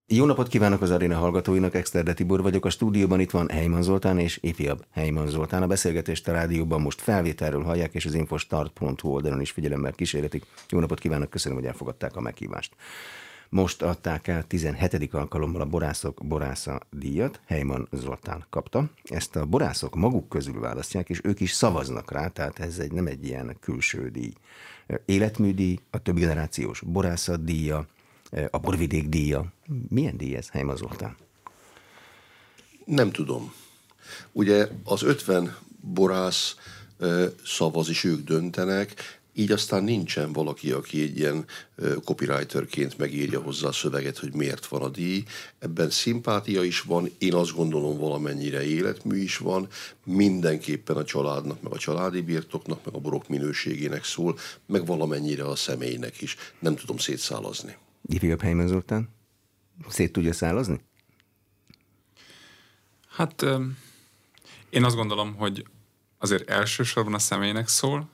Jó napot kívánok az aréna hallgatóinak, Exterde Tibor vagyok, a stúdióban itt van Heyman Zoltán és ifjabb Heyman Zoltán. A beszélgetést a rádióban most felvételről hallják, és az infostart.hu oldalon is figyelemmel kísérletik. Jó napot kívánok, köszönöm, hogy elfogadták a meghívást. Most adták el 17. alkalommal a Borászok Borásza díjat, Heyman Zoltán kapta. Ezt a borászok maguk közül választják, és ők is szavaznak rá, tehát ez nem egy ilyen külső díj. Életműdíj, a több generációs borászat díja, a borvidék díja. Milyen díj ez, Heyman Zoltán? Nem tudom. Ugye az 50 borász szavaz, és ők döntenek, így aztán nincsen valaki, aki egy ilyen copywriterként megírja hozzá a szöveget, hogy miért van a díj. Ebben szimpátia is van, én azt gondolom valamennyire életmű is van, mindenképpen a családnak, meg a családi birtoknak, meg a borok minőségének szól, meg valamennyire a személynek is. Nem tudom szétszálazni. Ifjabb Heyman Zoltán? Szét tudja szálazni? Hát én azt gondolom, hogy azért elsősorban a személynek szól.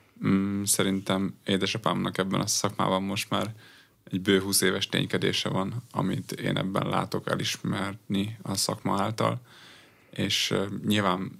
Szerintem édesapámnak ebben a szakmában most már egy bő 20 éves ténykedése van, amit én ebben látok elismerni a szakma által, és nyilván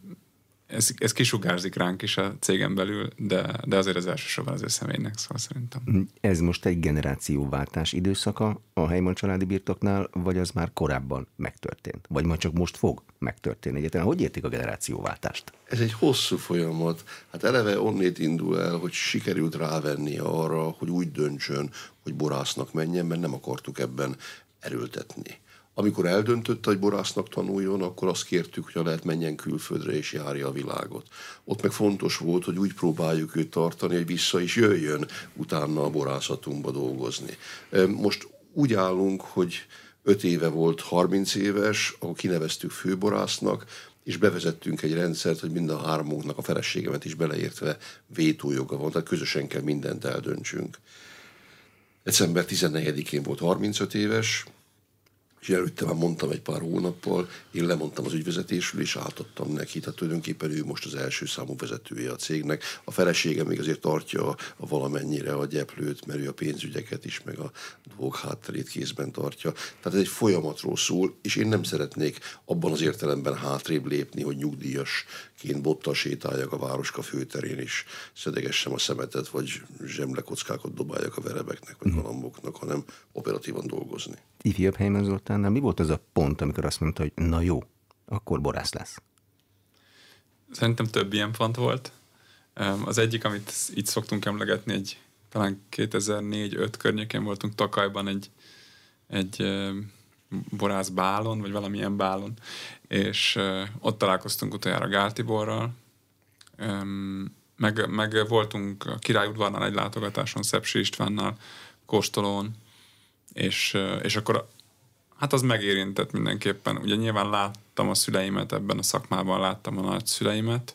ez kisugárzik ránk is a cégen belül, de azért az elsősorban az ő személynek szól szerintem. Ez most egy generációváltás időszaka a Heyman családi birtoknál, vagy az már korábban megtörtént? Vagy majd csak most fog megtörténni? Egyáltalán hogy értik a generációváltást? Ez egy hosszú folyamat. Hát eleve onnét indul el, hogy sikerült rávenni arra, hogy úgy döntsön, hogy borásznak menjen, mert nem akartuk ebben erőltetni. Amikor eldöntötte, hogy borásznak tanuljon, akkor azt kértük, hogy ha lehet, menjen külföldre és járja a világot. Ott meg fontos volt, hogy úgy próbáljuk őt tartani, hogy vissza is jöjjön utána a borászatunkba dolgozni. Most úgy állunk, hogy 5 éve volt 30 éves, ahol kineveztük főborásznak, és bevezettünk egy rendszert, hogy mind a hármunknak, a feleségemet is beleértve vétójoga van, tehát közösen kell mindent eldöntsünk. December 14-én volt 35 éves, és előtte már mondtam egy pár hónappal, én lemondtam az ügyvezetésről, és átadtam neki. Tehát tulajdonképpen ő most az első számú vezetője a cégnek. A felesége még azért tartja a valamennyire a gyeplőt, mert ő a pénzügyeket is, meg a dolgok hátterét kézben tartja. Tehát ez egy folyamatról szól, és én nem szeretnék abban az értelemben hátrébb lépni, hogy nyugdíjasként bottal sétáljak a Városka főterén, és szedegessem a szemetet, vagy zsemlekockákat dobáljak a verebeknek, vagy galamboknak, hanem operatívan dolgozni. Ifjabb Heyman Zoltánnál mi volt az a pont, amikor azt mondta, hogy na jó, akkor borász lesz? Szerintem több ilyen pont volt. Az egyik, amit így szoktunk emlegetni, talán 2004-5 környékén voltunk Tokajban egy borász bálon, vagy valamilyen bálon, és ott találkoztunk utoljára Gál Tiborral, meg voltunk a Királyudvarnál egy látogatáson, Szepsi Istvánnal, kóstolón, és akkor hát az megérintett mindenképpen. Ugye nyilván láttam a szüleimet ebben a szakmában, láttam a nagyszüleimet,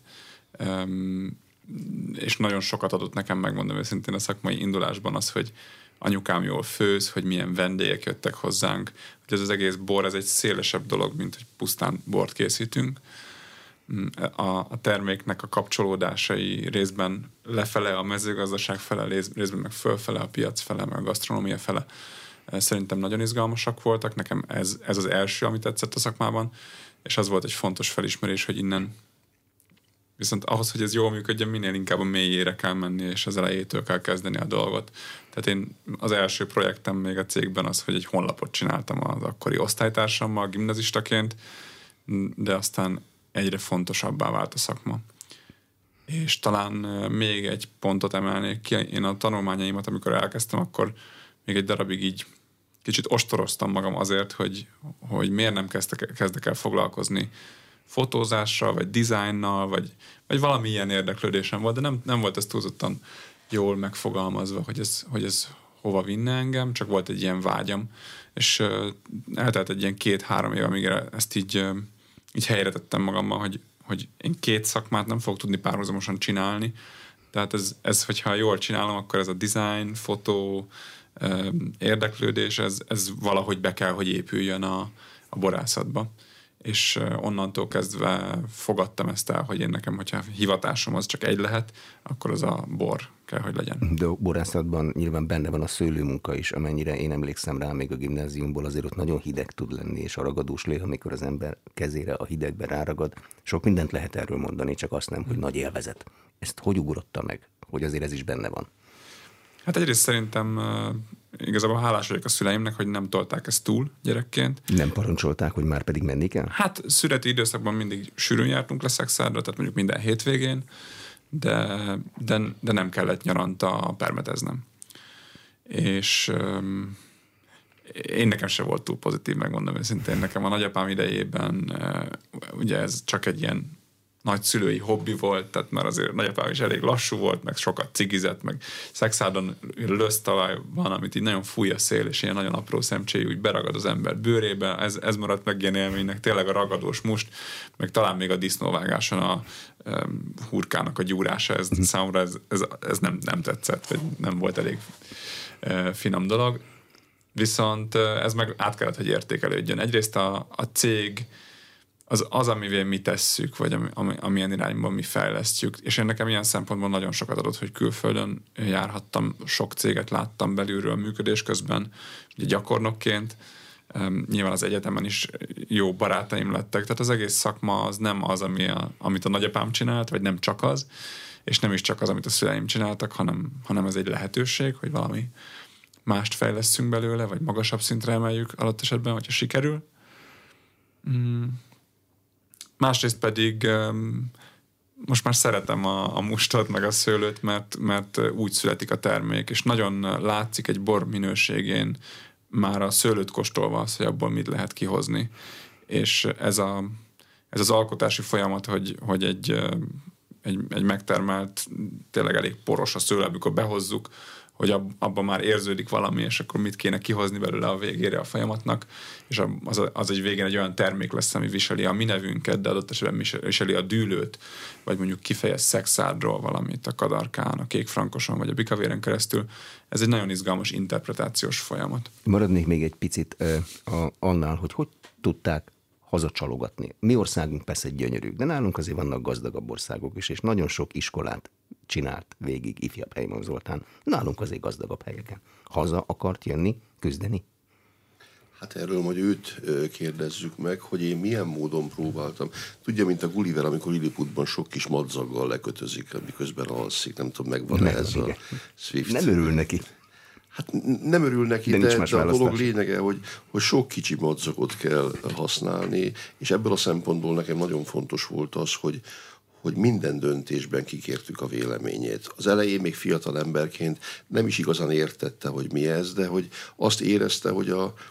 és nagyon sokat adott nekem, megmondom őszintén, a szakmai indulásban az, hogy anyukám jól főz, hogy milyen vendégek jöttek hozzánk, hogy ez az egész bor, ez egy szélesebb dolog, mint hogy pusztán bort készítünk. A terméknek a kapcsolódásai részben lefele, a mezőgazdaság fele, részben meg fölfele, a piac fele, meg a gasztronómia fele. Szerintem nagyon izgalmasak voltak, nekem ez az első, amit tetszett a szakmában, és az volt egy fontos felismerés, hogy innen viszont ahhoz, hogy ez jól működjön, minél inkább a mélyére kell menni, és az elejétől kell kezdeni a dolgot. Tehát én az első projektem még a cégben az, hogy egy honlapot csináltam az akkori osztálytársammal, gimnazistaként, de aztán egyre fontosabbá vált a szakma. És talán még egy pontot emelnék ki. Én a tanulmányaimat, amikor elkezdtem, akkor még egy darabig így kicsit ostoroztam magam azért, hogy miért nem kezdek el foglalkozni fotózással, vagy dizájnnal, vagy valami ilyen érdeklődésem volt, de nem volt ez túlzottan jól megfogalmazva, hogy ez hova vinne engem, csak volt egy ilyen vágyam, és eltelt egy ilyen 2-3 év, amíg ezt így helyre tettem magammal, hogy én 2 szakmát nem fogok tudni párhuzamosan csinálni, tehát ez hogyha jól csinálom, akkor ez a design, fotó, érdeklődés, ez valahogy be kell, hogy épüljön a borászatba. és onnantól kezdve fogadtam ezt el, hogy én nekem, hogyha hivatásom az csak egy lehet, akkor az a bor kell, hogy legyen. De a borászatban nyilván benne van a szőlőmunka is, amennyire én emlékszem rá még a gimnáziumból, azért ott nagyon hideg tud lenni, és a ragadós lé, amikor az ember kezére a hidegbe ráragad. Sok mindent lehet erről mondani, csak azt nem, hogy nagy élvezet. Ezt hogy ugrotta meg, hogy azért ez is benne van? Hát egyrészt szerintem igazából hálás vagyok a szüleimnek, hogy nem tolták ezt túl gyerekként. Nem parancsolták, hogy már pedig menni kell? Hát születi időszakban mindig sűrűn jártunk le Szexárdra, tehát mondjuk minden hétvégén, de nem kellett nyaranta permeteznem. És én nekem se volt túl pozitív, megmondom őszintén. Nekem a nagyapám idejében ugye ez csak egy ilyen nagy szülői hobbi volt, tehát már azért nagyapám is elég lassú volt, meg sokat cigizett, meg Szexárdon lösztalaj van, amit így nagyon fúj a szél, és ilyen nagyon apró szemcséjű, úgy beragad az ember bőrébe, ez maradt meg ilyen élménynek, tényleg a ragadós must, meg talán még a disznóvágáson a hurkának a gyúrása, ez számomra ez nem tetszett, vagy nem volt elég finom dolog. Viszont ez meg át kellett, hogy értékelődjön. Egyrészt a cég az, amivel mi tesszük, vagy amilyen irányban mi fejlesztjük. És én nekem ilyen szempontból nagyon sokat adott, hogy külföldön járhattam, sok céget láttam belülről a működés közben, ugye gyakornokként. Nyilván az egyetemen is jó barátaim lettek, tehát az egész szakma az nem az, amit a nagyapám csinált, vagy nem csak az, és nem is csak az, amit a szüleim csináltak, hanem ez egy lehetőség, hogy valami mást fejleszünk belőle, vagy magasabb szintre emeljük adott esetben, hogyha sikerül. Másrészt pedig most már szeretem a mustot, meg a szőlőt, mert úgy születik a termék, és nagyon látszik egy bor minőségén már a szőlőt kóstolva az, hogy abból mit lehet kihozni. És ez az alkotási folyamat, hogy egy megtermelt, tényleg elég poros a szőlő, amikor behozzuk, hogy abban már érződik valami, és akkor mit kéne kihozni belőle a végére a folyamatnak, és az egy végén egy olyan termék lesz, ami viseli a mi nevünket, de adott esetben viseli a dűlőt, vagy mondjuk kifejez Szexárdról valamit a Kadarkán, a Kékfrankoson, vagy a Bikavéren keresztül. Ez egy nagyon izgalmas interpretációs folyamat. Maradnék még egy picit annál, hogy tudták hazacsalogatni. Mi országunk persze gyönyörű, de nálunk azért vannak gazdagabb országok is, és nagyon sok iskolát csinált végig ifjabb Heyman Zoltán. Nálunk azért gazdagabb helyeken. Haza akart jönni, küzdeni? Hát erről majd őt kérdezzük meg, hogy én milyen módon próbáltam. Tudja, mint a Gulliver, amikor Lilliputban sok kis madzaggal lekötözik, miközben alszik, nem tudom, megvan ez a Swift. Nem örül neki. Hát nem örül neki, de a dolog lényege, hogy sok kicsi madzagot kell használni, és ebből a szempontból nekem nagyon fontos volt az, hogy minden döntésben kikértük a véleményét. Az elején még fiatal emberként nem is igazán értette, hogy mi ez, de hogy azt érezte, hogy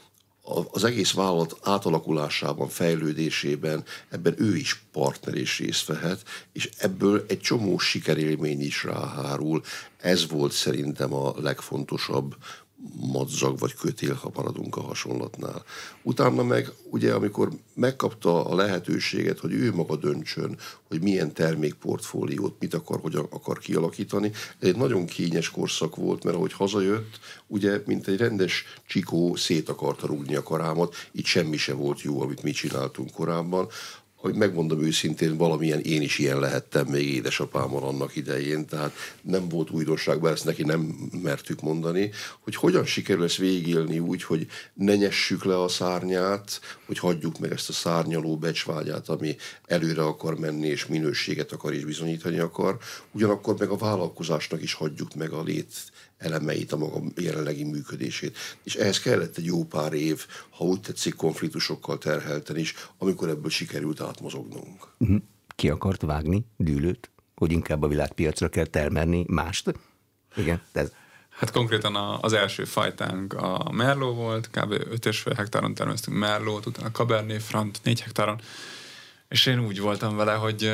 az egész vállalat átalakulásában, fejlődésében ebben ő is partner és részt vehet, és ebből egy csomó sikerélmény is ráhárul. Ez volt szerintem a legfontosabb madzag vagy kötél, ha maradunk a hasonlatnál. Utána meg, ugye, amikor megkapta a lehetőséget, hogy ő maga döntsön, hogy milyen termékportfóliót, mit akar, hogyan akar kialakítani, ez egy nagyon kényes korszak volt, mert ahogy hazajött, ugye, mint egy rendes csikó szét akarta rúgni a karámat, itt semmi se volt jó, amit mi csináltunk korábban. Hogy megmondom őszintén, valamilyen én is ilyen lehettem még édesapámmal annak idején, tehát nem volt újdonságban, ezt neki nem mertük mondani, hogy hogyan sikerül ezt végigélni úgy, hogy ne nyessük le a szárnyát, hogy hagyjuk meg ezt a szárnyaló becsvágyát, ami előre akar menni, és minőséget akar és bizonyítani akar, ugyanakkor meg a vállalkozásnak is hagyjuk meg a elemeit, a maga jelenlegi működését. És ehhez kellett egy jó pár év, ha úgy tetszik, konfliktusokkal terhelten is, amikor ebből sikerült átmozognunk. Ki akart vágni dűlőt, hogy inkább a világpiacra kell termelni mást? Igen, ez... Hát konkrétan az első fajtánk a Merlot volt, kb. 5,5 hektáron termesztünk Merlot, utána Cabernet Franc 4 hektáron, és én úgy voltam vele, hogy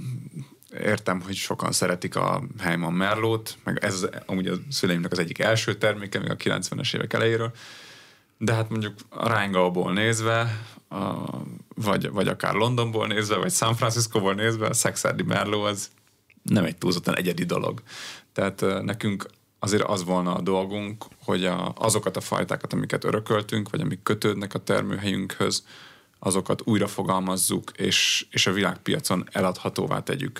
értem, hogy sokan szeretik a Heyman Merlotot, meg ez amúgy a szüleimnek az egyik első terméke, még a 90-es évek elejéről, de hát mondjuk a Rheingauból nézve, vagy akár Londonból nézve, vagy San Franciscóból nézve, a szexárdi Merlot az nem egy túlzottan egyedi dolog. Tehát nekünk azért az volna a dolgunk, hogy azokat a fajtákat, amiket örököltünk, vagy amik kötődnek a termőhelyünkhöz, azokat újra fogalmazzuk, és a világpiacon eladhatóvá tegyük.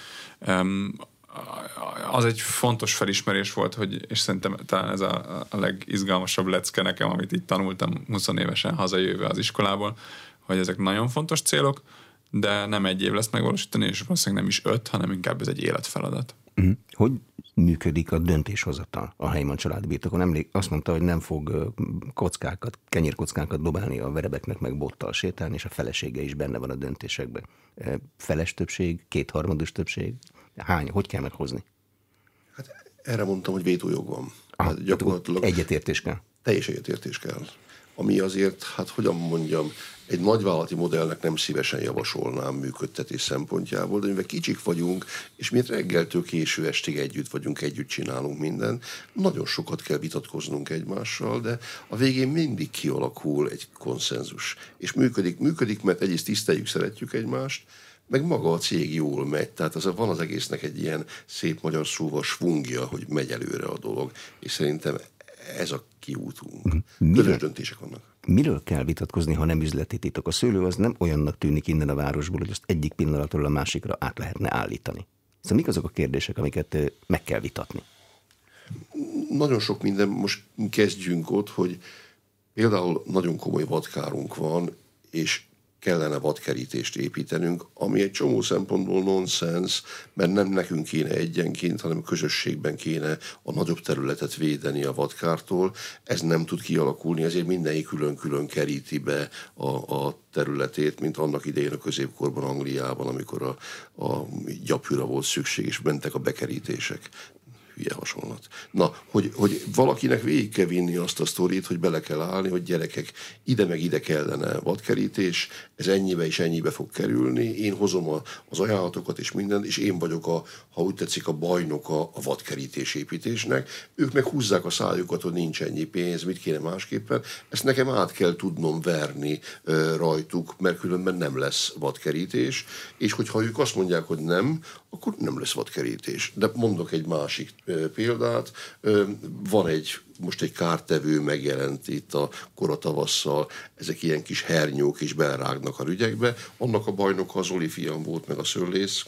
Az egy fontos felismerés volt, és szerintem talán ez a legizgalmasabb lecke nekem, amit itt tanultam 20 évesen hazajöve az iskolából, hogy ezek nagyon fontos célok, de nem egy év lesz megvalósítani, és valószínűleg nem is 5, hanem inkább ez egy életfeladat. Hogy működik a döntéshozatal a Heimann család birtokon? Azt mondta, hogy nem fog kenyérkockákat dobálni a verebeknek, meg bottal sétálni, és a felesége is benne van a döntésekben. Feles többség, kétharmados többség? Hogy kell meghozni? Hát erre mondtam, hogy vétójog van. Hát gyakorlatilag egyetértés kell. Teljes egyetértés kell. Ami azért, hát hogyan mondjam, egy nagyvállalati modellnek nem szívesen javasolnám működtetés szempontjából, de mivel kicsik vagyunk, és mi reggeltől késő estig együtt vagyunk, együtt csinálunk mindent, nagyon sokat kell vitatkoznunk egymással, de a végén mindig kialakul egy konszenzus. És működik, mert egyrészt tiszteljük, szeretjük egymást, meg maga a cég jól megy. Tehát van az egésznek egy ilyen szép magyar szóval svungja, hogy megy előre a dolog, és szerintem ez a kiútunk. Közös döntések vannak. Miről kell vitatkozni, ha nem üzleti titok? A szőlő az nem olyannak tűnik innen a városból, hogy azt egyik pillanatról a másikra át lehetne állítani. Szóval mik azok a kérdések, amiket meg kell vitatni? Nagyon sok minden, most kezdjünk ott, hogy például nagyon komoly vadkárunk van, és kellene vadkerítést építenünk, ami egy csomó szempontból nonsens, mert nem nekünk kéne egyenként, hanem közösségben kéne a nagyobb területet védeni a vadkártól. Ez nem tud kialakulni, ezért mindenki külön-külön keríti be a területét, mint annak idején a középkorban Angliában, amikor a gyapjúra volt szükség, és mentek a bekerítések. Hülye hasonlat. Na, hogy valakinek végig kell vinni azt a sztorit, hogy bele kell állni, hogy gyerekek, ide meg ide kellene vadkerítés, ez ennyibe és ennyibe fog kerülni, én hozom az ajánlatokat és mindent, és én vagyok ha úgy tetszik, a bajnoka a vadkerítés építésnek. Ők meg húzzák a szájukat, hogy nincs ennyi pénz, mit kéne másképpen. Ezt nekem át kell tudnom verni rajtuk, mert különben nem lesz vadkerítés, és hogyha ők azt mondják, hogy nem, akkor nem lesz vadkerítés. De mondok egy másik példát. Van most egy kártevő megjelent itt a koratavasszal, ezek ilyen kis hernyók is belrágnak a rügyekbe. Annak a bajnoka az Oli fiam volt, meg a Szőlész.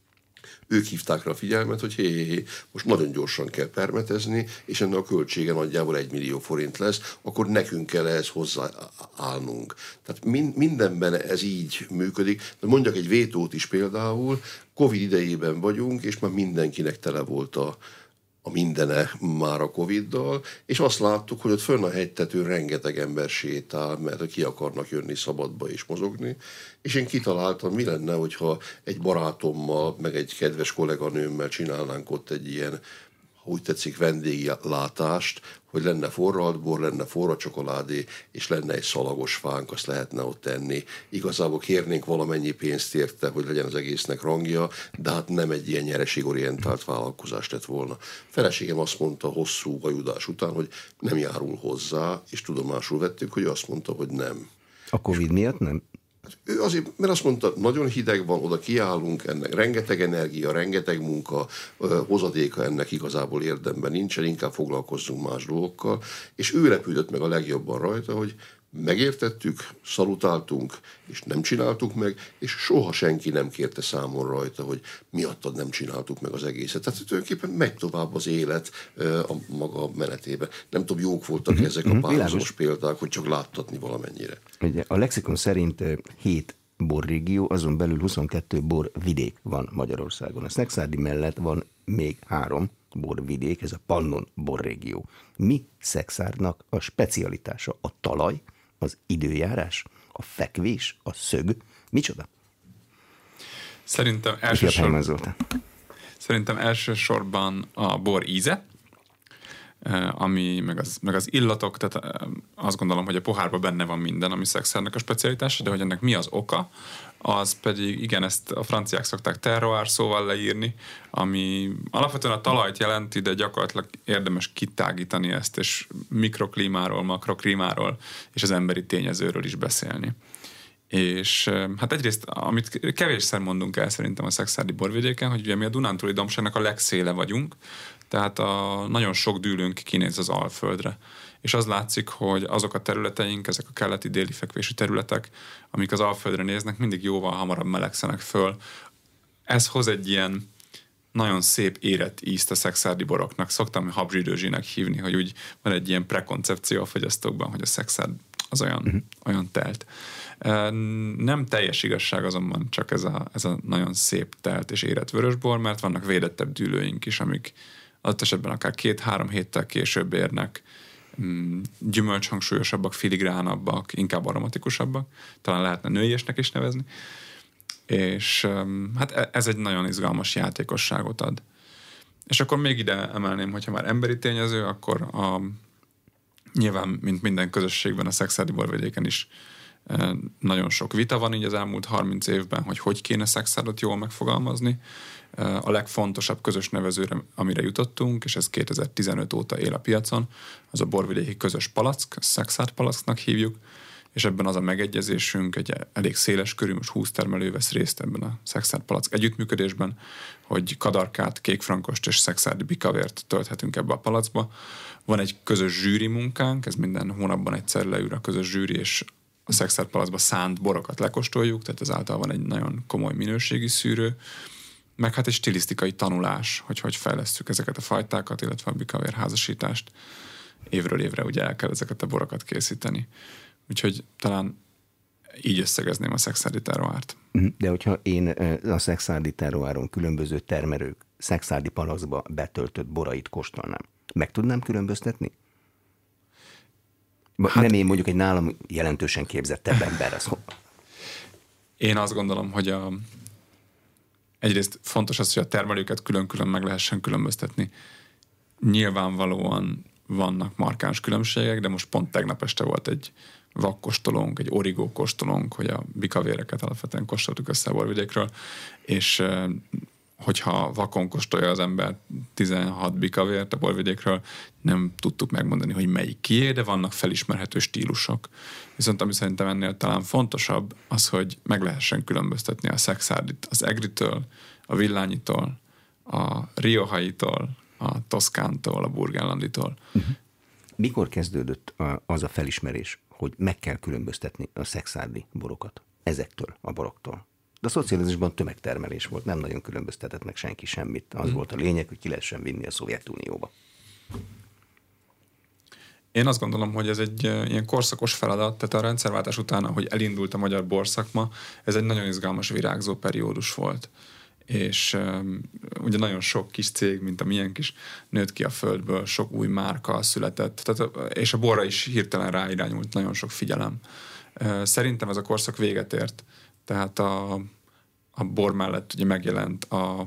Ők hívták rá a figyelmet, hogy hé, most nagyon gyorsan kell permetezni, és ennek a költsége nagyjából 1 millió forint lesz, akkor nekünk kell ehhez hozzáállnunk. Tehát mindenben ez így működik. De mondjak egy vétót is például, Covid idejében vagyunk, és már mindenkinek tele volt a mindene már a Coviddal, és azt láttuk, hogy ott fönn a hegytetőn rengeteg ember sétál, mert ki akarnak jönni szabadba és mozogni, és én kitaláltam, mi lenne, hogyha egy barátommal, meg egy kedves kolléganőmmel csinálnánk ott egy ilyen, ha úgy tetszik, vendéglátást, hogy lenne forralt bor, lenne forralt csokoládé, és lenne egy szalagos fánk, azt lehetne ott tenni. Igazából kérnénk valamennyi pénzt érte, hogy legyen az egésznek rangja, de hát nem egy ilyen nyereségorientált vállalkozást lett volna. Feleségem azt mondta hosszú vajudás után, hogy nem járul hozzá, és tudomásul vettük, hogy azt mondta, hogy nem. A Covid miatt nem? Ő azért, mert azt mondta, nagyon hideg van, oda kiállunk, ennek rengeteg energia, rengeteg munka, hozadéka ennek igazából érdemben nincsen, inkább foglalkozzunk más dolgokkal, és ő repülött meg a legjobban rajta, hogy megértettük, szalutáltunk, és nem csináltuk meg, és soha senki nem kérte számon rajta, hogy miattad nem csináltuk meg az egészet. Tehát tulajdonképpen megy tovább az élet a maga menetében. Nem tudom, jók voltak ezek a párhuzamos példák, hogy csak láttatni valamennyire. Ugye, a lexikon szerint 7 borrégió, azon belül 22 borvidék van Magyarországon. A Szekszárdi mellett van még 3 borvidék, ez a Pannon borrégió. Mi Szekszárdnak a specialitása? A talaj, az időjárás, a fekvés, a szög? Micsoda? Szerintem elsősorban a bor íze, ami meg az illatok, tehát azt gondolom, hogy a pohárban benne van minden, ami Szekszárdnak a specialitása, de hogy ennek mi az oka, az pedig, igen, ezt a franciák szokták terroir szóval leírni, ami alapvetően a talajt jelenti, de gyakorlatilag érdemes kitágítani ezt, és mikroklímáról, makroklímáról és az emberi tényezőről is beszélni. És hát egyrészt, amit kevésszer mondunk el szerintem a szekszárdi borvidéken, hogy ugye mi a Dunántúli dombságnak a legszéle vagyunk, tehát nagyon sok dűlőnk kinéz az Alföldre. és az látszik, hogy azok a területeink, ezek a keleti déli fekvésű területek, amik az Alföldre néznek, mindig jóval hamarabb melegszenek föl. Ez hoz egy ilyen nagyon szép érett ízt a szekszárdi boroknak. Szoktam habzsidőzsinek hívni, hogy úgy van egy ilyen prekoncepció a fogyasztókban, hogy a szekszárd az olyan telt. Nem teljes igazság azonban csak ez a nagyon szép telt és érett vörösbor, mert vannak védettebb dűlőink is, amik adott esetben akár 2-3 héttel később érnek, gyümölcshangsúlyosabbak, filigránabbak, inkább aromatikusabbak, talán lehetne nőiesnek is nevezni, és hát ez egy nagyon izgalmas játékosságot ad. És akkor még ide emelném, hogyha már emberi tényező, akkor nyilván, mint minden közösségben, a szekszárdi borvidéken is nagyon sok vita van így az elmúlt 30 évben, hogy kéne szekszárdot jól megfogalmazni. A legfontosabb közös nevezőre, amire jutottunk, és ez 2015 óta él a piacon, az a borvidéki közös palack, szekszárd palacknak hívjuk, és ebben az a megegyezésünk, egy elég széles körű, most 20 termelő vesz részt ebben a szekszárd palack együttműködésben, hogy kadarkát, kékfrankost és szekszárdi bikavért tölthetünk ebbe a palackba. Van egy közös zsűri munkánk, ez minden hónapban egyszer leül a közös zsűri, és a szekszárd palackba szánt borokat lekóstoljuk, tehát ezáltal van egy nagyon komoly minőségi szűrő, meg hát egy stilisztikai tanulás, hogy fejlesztjük ezeket a fajtákat, illetve a bikavér házasítást. Évről évre ugye el kell ezeket a borokat készíteni. Úgyhogy talán így összegezném a szekszárdi terroárt. De hogyha én a szekszárdi terroáron különböző termelők szekszárdi palackba betöltött borait kóstolnám, meg tudnám különböztetni? Hát, nem én, mondjuk egy nálam jelentősen képzettebb ember. Én azt gondolom, hogy egyrészt fontos az, hogy a termelőket külön-külön meg lehessen különböztetni. Nyilvánvalóan vannak markáns különbségek, de most pont tegnap este volt egy vakkóstolónk, egy origó kóstolónk, hogy a bikavéreket alapvetően kóstoltuk össze a borvidékről, és hogyha vakon kóstolja az ember 16 bikavért a borvidékről, nem tudtuk megmondani, hogy melyik kié, de vannak felismerhető stílusok. Viszont ami szerintem ennél talán fontosabb, az, hogy meg lehessen különböztetni a szekszárdit az egritől, a villányitól, a riohaitól, a toszkántól, a burgenlanditól. Mikor kezdődött az a felismerés, hogy meg kell különböztetni a szekszárdi borokat ezektől a boroktól? De a szocializmusban tömegtermelés volt, nem nagyon különböztetett meg senki semmit. Az volt a lényeg, hogy ki lehessen vinni a Szovjetunióba. Én azt gondolom, hogy ez egy ilyen korszakos feladat, tehát a rendszerváltás után, ahogy elindult a magyar borszakma, ez egy nagyon izgalmas virágzó periódus volt. És ugye nagyon sok kis cég, mint a miénk is, nőtt ki a földből, sok új márka született, tehát, és a borra is hirtelen ráirányult nagyon sok figyelem. Szerintem ez a korszak véget ért. Tehát a bor mellett ugye megjelent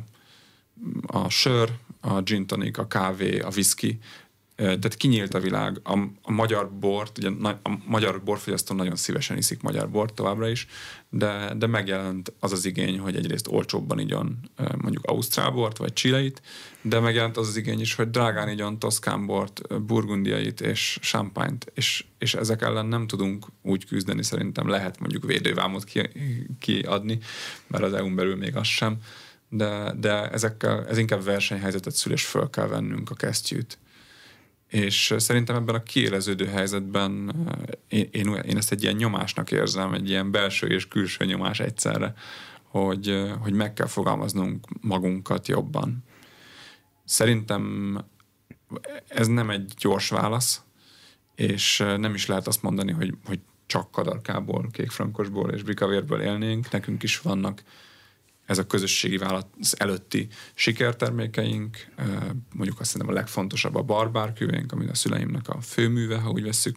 a sör, a gin tonic, a kávé, a whisky, tehát kinyílt a világ. A magyar bort, ugye a magyar borfogyasztó nagyon szívesen iszik magyar bort továbbra is, de megjelent az az igény, hogy egyrészt olcsóbban igyon mondjuk ausztrál bort, vagy chileit, de megjelent az az igény is, hogy drágán igyon toszkán bort, burgundiait és champagne-t, és ezek ellen nem tudunk úgy küzdeni, szerintem lehet mondjuk védővámot kiadni, mert az EU-n belül még az sem, de ez inkább versenyhelyzetet szül, és föl kell vennünk a kesztyűt. És szerintem ebben a kiéleződő helyzetben én ezt egy ilyen nyomásnak érzem, egy ilyen belső és külső nyomás egyszerre, hogy meg kell fogalmaznunk magunkat jobban. Szerintem ez nem egy gyors válasz, és nem is lehet azt mondani, hogy csak kadarkából, kékfrankosból és bikavérből élnénk. Nekünk is vannak ez a közösségi válasz előtti sikertermékeink, mondjuk azt hiszem a legfontosabb a barbárküvénk, ami a szüleimnek a főműve, ha úgy vesszük,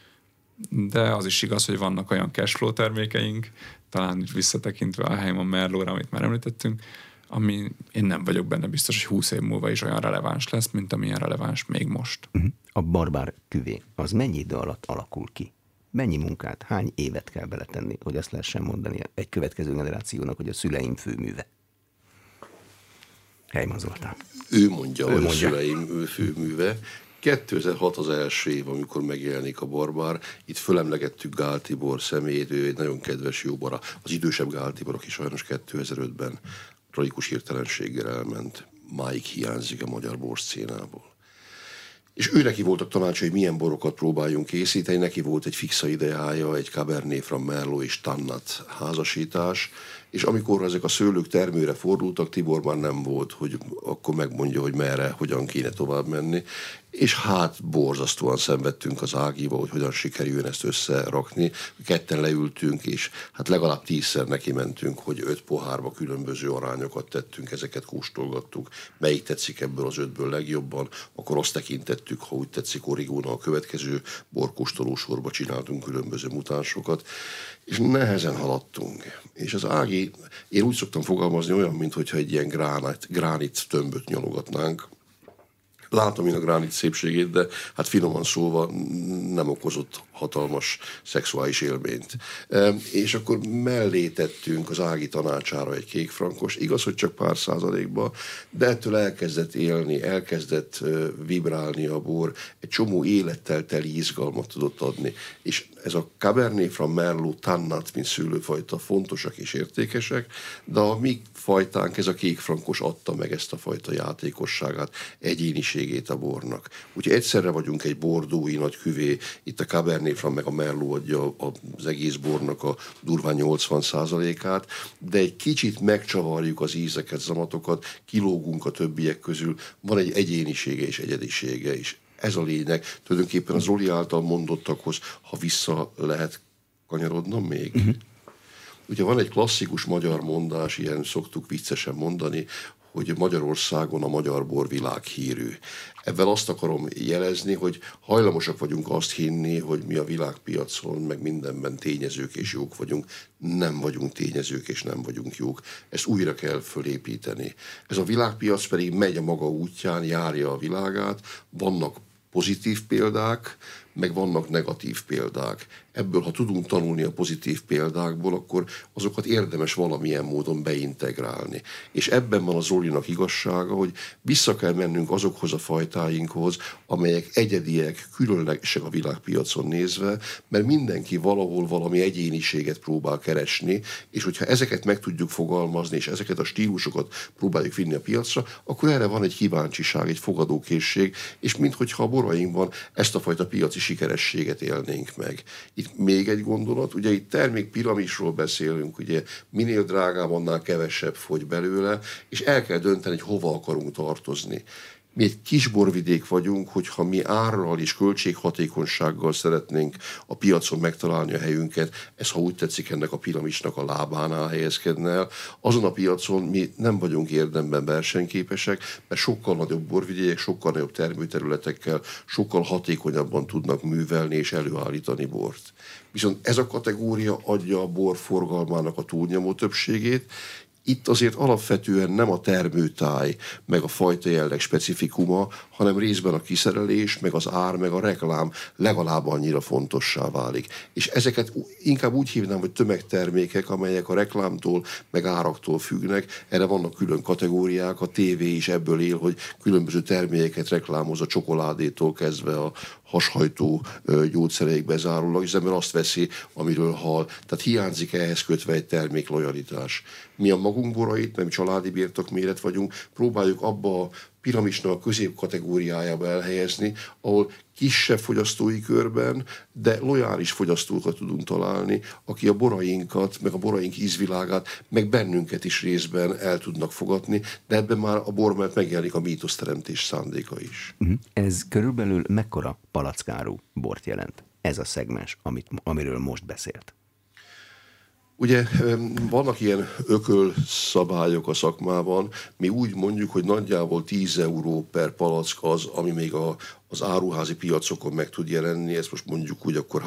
de az is igaz, hogy vannak olyan cashflow termékeink, talán úgy visszatekintve a Heimann Merlotra, amit már említettünk, ami én nem vagyok benne biztos, hogy 20 év múlva is olyan releváns lesz, mint amilyen releváns még most. A barbár küvé, az mennyi idő alatt alakul ki? Mennyi munkát, hány évet kell beletenni, hogy azt lehessen mondani egy következő generációnak, hogy a szüleim főműve? Heimann Zoltán. Ő mondja, hogy a szüleim főműve. 2006 az első év, amikor megjelenik a barbár. Itt fölemlegettük Gál Tibor személyét, ő egy nagyon kedves jó bara. Az idősebb Gál Tibor, aki sajnos 2005-ben tragikus hirtelenséggel elment. Máig hiányzik a magyar borszcénából. És ő neki voltak tanácsai, hogy milyen borokat próbáljunk készíteni, neki volt egy fixa ideája, egy Cabernet Franc Merlot és Tannat házasítás, és amikor ezek a szőlők termőre fordultak, Tibor már nem volt, hogy akkor megmondja, hogy merre, hogyan kéne tovább menni, és hát borzasztóan szenvedtünk az Ágiba, hogy hogyan sikerüljön ezt összerakni. Ketten leültünk, és hát legalább 10-szer neki mentünk, hogy 5 pohárba különböző arányokat tettünk, ezeket kóstolgattuk. Melyik tetszik ebből az 5-ből legjobban, akkor azt tekintettük, ha úgy tetszik, Origóna a következő borkóstoló sorba csináltunk különböző mutánsokat, és nehezen haladtunk. És az Ági, én úgy szoktam fogalmazni, olyan, mintha egy ilyen gránit tömböt nyalogatnánk. Látom én a gránit szépségét, de hát finoman szólva nem okozott hatalmas szexuális élményt. És akkor mellé tettünk az Ági tanácsára egy kékfrankos, igaz, hogy csak pár százalékban, de ettől elkezdett élni, elkezdett vibrálni a bor, egy csomó élettel teli izgalmat tudott adni. És ez a Cabernet Franc Merlot, Tannat, mint szőlőfajta fontosak és értékesek, de a mi fajtánk, ez a kékfrankos adta meg ezt a fajta játékosságát, egyéniségét a bornak. Úgyhogy egyszerre vagyunk egy bordói nagy küvé, itt a Cabernet Franc meg a Merlot adja az egész bornak a durván 80%-át, de egy kicsit megcsavarjuk az ízeket, zamatokat, kilógunk a többiek közül, van egy egyénisége és egyedisége is. Ez a lényeg. Tulajdonképpen az Zoli által mondottakhoz, ha vissza lehet kanyarodnom még. Ugye van egy klasszikus magyar mondás, ilyen szoktuk viccesen mondani, hogy Magyarországon a magyar bor világhírű. Ebben azt akarom jelezni, hogy hajlamosak vagyunk azt hinni, hogy mi a világpiacon, meg mindenben tényezők és jók vagyunk. Nem vagyunk tényezők és nem vagyunk jók. Ezt újra kell fölépíteni. Ez a világpiac pedig megy a maga útján, járja a világát, vannak pozitív példák, meg vannak negatív példák. Ebből, ha tudunk tanulni a pozitív példákból, akkor azokat érdemes valamilyen módon beintegrálni. És ebben van a Zolinak igazsága, hogy vissza kell mennünk azokhoz a fajtáinkhoz, amelyek egyediek, különlegesek a világpiacon nézve, mert mindenki valahol valami egyéniséget próbál keresni, és hogyha ezeket meg tudjuk fogalmazni, és ezeket a stílusokat próbáljuk vinni a piacra, akkor erre van egy kíváncsiság, egy fogadókészség, és minthogyha a borainkban ezt a fajta piaci sikerességet élnénk meg. Itt még egy gondolat, ugye itt termékpiramisról beszélünk, ugye minél drágább, annál kevesebb fogy belőle, és el kell dönteni, hogy hova akarunk tartozni. Mi egy kis borvidék vagyunk, hogyha mi árral és költséghatékonysággal szeretnénk a piacon megtalálni a helyünket, ez, ha úgy tetszik, ennek a piramisnak a lábánál helyezkedne el. Azon a piacon mi nem vagyunk érdemben versenyképesek, mert sokkal nagyobb borvidékek, sokkal nagyobb termőterületekkel, sokkal hatékonyabban tudnak művelni és előállítani bort. Viszont ez a kategória adja a bor forgalmának a túlnyomó többségét. Itt azért alapvetően nem a termőtáj, meg a fajta jelleg specifikuma, hanem részben a kiszerelés, meg az ár, meg a reklám legalább annyira fontossá válik. És ezeket inkább úgy hívnám, hogy tömegtermékek, amelyek a reklámtól, meg áraktól függnek. Erre vannak külön kategóriák, a tévé is ebből él, hogy különböző termékeket reklámoz, a csokoládétól kezdve a hashajtó gyógyszereik bezárólag, és az ember azt veszi, amiről hall. Tehát hiányzik ehhez kötve egy termék lojalitás. Mi a magunk borait, mert mi családi birtokméret vagyunk, próbáljuk abba a piramisnak a középkategóriájába elhelyezni, ahol kisebb fogyasztói körben, de lojális fogyasztókat tudunk találni, aki a borainkat, meg a boraink ízvilágát, meg bennünket is részben el tudnak fogadni, de ebben már a bor mellett megjelenik a mítoszteremtés szándéka is. Ez körülbelül mekkora palackáru bort jelent? Ez a szegmens, amiről most beszélt. Ugye vannak ilyen ökölszabályok a szakmában, mi úgy mondjuk, hogy nagyjából 10 euró per palack az, ami még az áruházi piacokon meg tud jelenni, ezt most mondjuk úgy akkor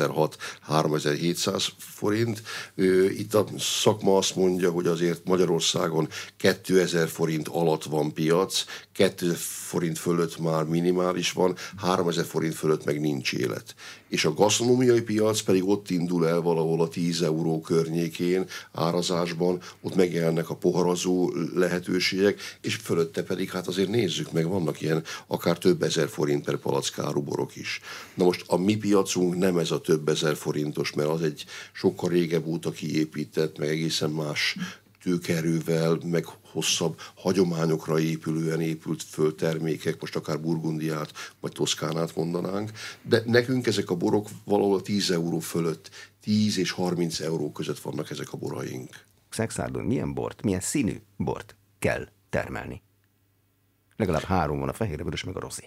3600-3700 forint. Itt a szakma azt mondja, hogy azért Magyarországon 2000 forint alatt van piac, 2000 forint fölött már minimális van, 3000 forint fölött meg nincs élet. És a gasztronómiai piac pedig ott indul el valahol a 10 euró környékén árazásban, ott megjelennek a poharazó lehetőségek, és fölötte pedig hát azért nézzük meg, vannak ilyen akár több ezer forint per palackáru borok is. Na most a mi piacunk nem ez a több ezer forintos, mert az egy sokkal régebb óta kiépített, meg egészen más tőkerővel, meg hosszabb hagyományokra épülően épült föl termékek, most akár Burgundiát vagy Toszkánát mondanánk, de nekünk ezek a borok valahol 10 euró fölött, 10 és 30 euró között vannak ezek a boraink. Szexárdon milyen bort, milyen színű bort kell termelni? Legalább 3 van, a fehér, a vörös, meg a rosé.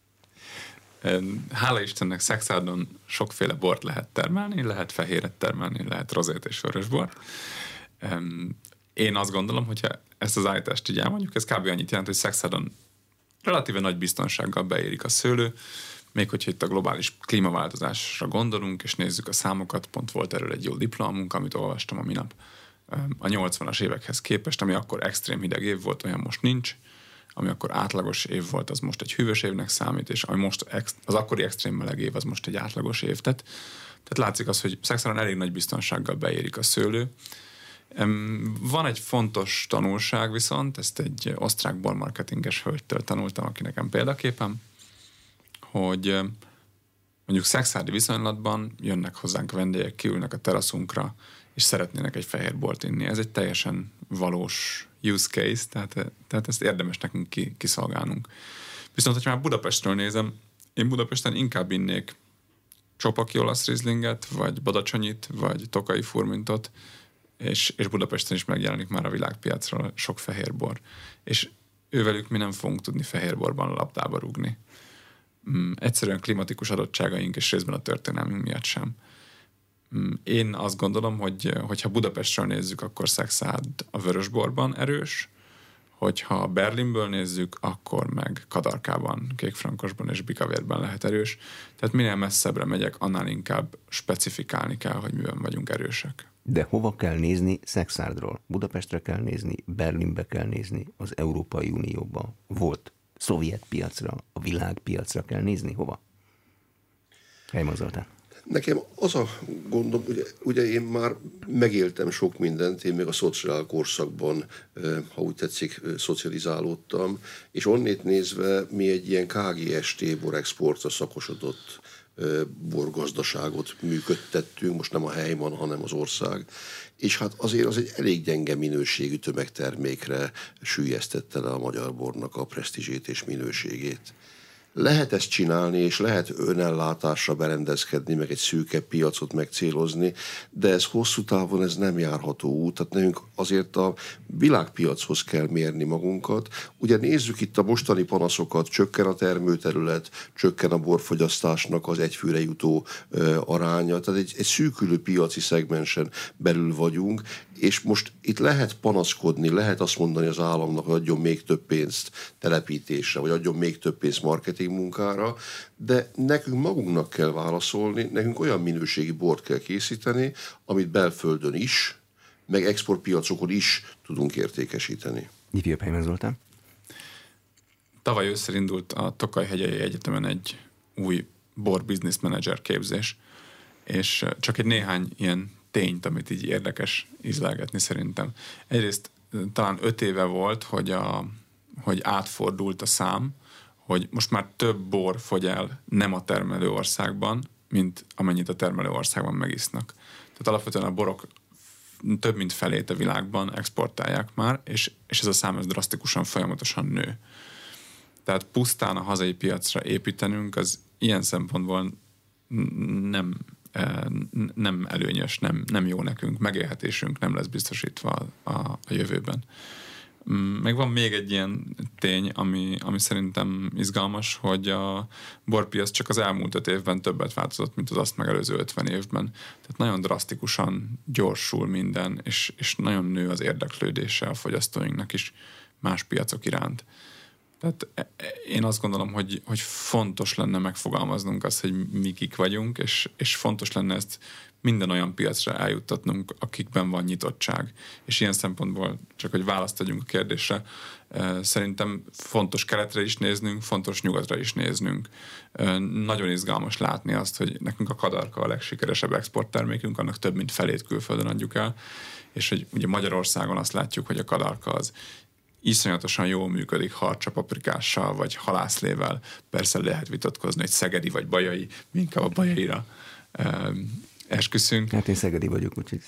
Hála Istennek Szexárdon sokféle bort lehet termelni, lehet fehéret termelni, lehet rozét és vörösbort. Én azt gondolom, hogyha ezt az állítást így elmondjuk, ez kb. Annyit jelent, hogy Szexárdon relatíve nagy biztonsággal beérik a szőlő, még hogyha itt a globális klímaváltozásra gondolunk, és nézzük a számokat, pont volt erről egy jó diplomunk, amit olvastam a minap a 80-as évekhez képest, ami akkor extrém hideg év volt, olyan most nincs, ami akkor átlagos év volt, az most egy hűvös évnek számít, és ami most az akkori extrém meleg év, az most egy átlagos év. Tehát látszik az, hogy Szexárdon elég nagy biztonsággal beérik a szőlő. Van egy fontos tanulság viszont, ezt egy osztrák bormarketinges hölgytől tanultam, aki nekem példaképem, hogy mondjuk szexárdi viszonylatban jönnek hozzánk vendégek, kiülnek a teraszunkra, és szeretnének egy fehér bort inni. Ez egy teljesen valós use case, tehát ezt érdemes nekünk kiszolgálnunk. Viszont, hogyha már Budapestről nézem, én Budapesten inkább innék Csopaki olasz rizlinget, vagy Badacsonyit, vagy Tokai furmintot, és Budapesten is megjelenik már a világpiacról sok fehérbor. És ővelük mi nem fogunk tudni fehérborban a labdába rúgni. Egyszerűen klimatikus adottságaink, és részben a történelmünk miatt sem. Én azt gondolom, hogyha Budapestről nézzük, akkor Szexárd a vörösborban erős, hogyha Berlinből nézzük, akkor meg Kadarkában, Kékfrankosban és Bikavérben lehet erős. Tehát minél messzebbre megyek, annál inkább specifikálni kell, hogy miben vagyunk erősek. De hova kell nézni Szexárdról? Budapestre kell nézni, Berlinbe kell nézni, az Európai Unióba volt szovjet piacra, a világpiacra kell nézni, hova? Heyman Zoltán. Nekem az a gondom, ugye én már megéltem sok mindent, én még a szociál korszakban, ha úgy tetszik, szocializálódtam, és onnét nézve mi egy ilyen KGST borexportra szakosodott borgazdaságot működtettünk, most nem a Heyman, hanem az ország, és hát azért az egy elég gyenge minőségű tömegtermékre süllyesztette le a magyar bornak a presztízsét és minőségét. Lehet ezt csinálni, és lehet önellátásra berendezkedni, meg egy szűkebb piacot megcélozni, de ez hosszú távon ez nem járható út. Tehát nekünk azért a világpiachoz kell mérni magunkat. Ugye nézzük itt a mostani panaszokat, csökken a termőterület, csökken a borfogyasztásnak az egyfőre jutó aránya. Tehát egy szűkülő piaci szegmensen belül vagyunk, és most itt lehet panaszkodni, lehet azt mondani az államnak, hogy adjon még több pénzt telepítésre, vagy adjon még több pénzt marketing munkára, de nekünk magunknak kell válaszolni, nekünk olyan minőségi bort kell készíteni, amit belföldön is, meg exportpiacokon is tudunk értékesíteni. Ifjabb Heyman Zoltán. Tavaly ősszel indult a Tokaj-hegyei Egyetemen egy új bor business manager képzés, és csak egy néhány ilyen tényt, amit így érdekes ízlelgetni szerintem. Egyrészt talán 5 éve volt, hogy átfordult a szám, hogy most már több bor fogy el nem a termelő országban, mint amennyit a termelő országban megisznak. Tehát alapvetően a borok több mint felét a világban exportálják már, és ez a szám ez drasztikusan, folyamatosan nő. Tehát pusztán a hazai piacra építenünk, az ilyen szempontból nem előnyös, nem jó nekünk, megélhetésünk nem lesz biztosítva a jövőben. Meg van még egy ilyen tény, ami szerintem izgalmas, hogy a borpiac csak az elmúlt 5 évben többet változott, mint az azt megelőző 50 évben. Tehát nagyon drasztikusan gyorsul minden, és nagyon nő az érdeklődése a fogyasztóinknak is más piacok iránt. Tehát én azt gondolom, hogy fontos lenne megfogalmaznunk azt, hogy mi kik vagyunk, és fontos lenne ezt minden olyan piacra eljuttatnunk, akikben van nyitottság. És ilyen szempontból, csak hogy választ adjunk a kérdésre, szerintem fontos keletre is néznünk, fontos nyugatra is néznünk. Nagyon izgalmas látni azt, hogy nekünk a Kadarka a legsikeresebb exporttermékünk, annak több mint felét külföldön adjuk el, és hogy ugye Magyarországon azt látjuk, hogy a Kadarka az iszonyatosan jól működik harcsapaprikással, vagy halászlével. Persze lehet vitatkozni, hogy szegedi vagy bajai, mi inkább a bajaira esküszünk. Hát én szegedi vagyok, úgyhogy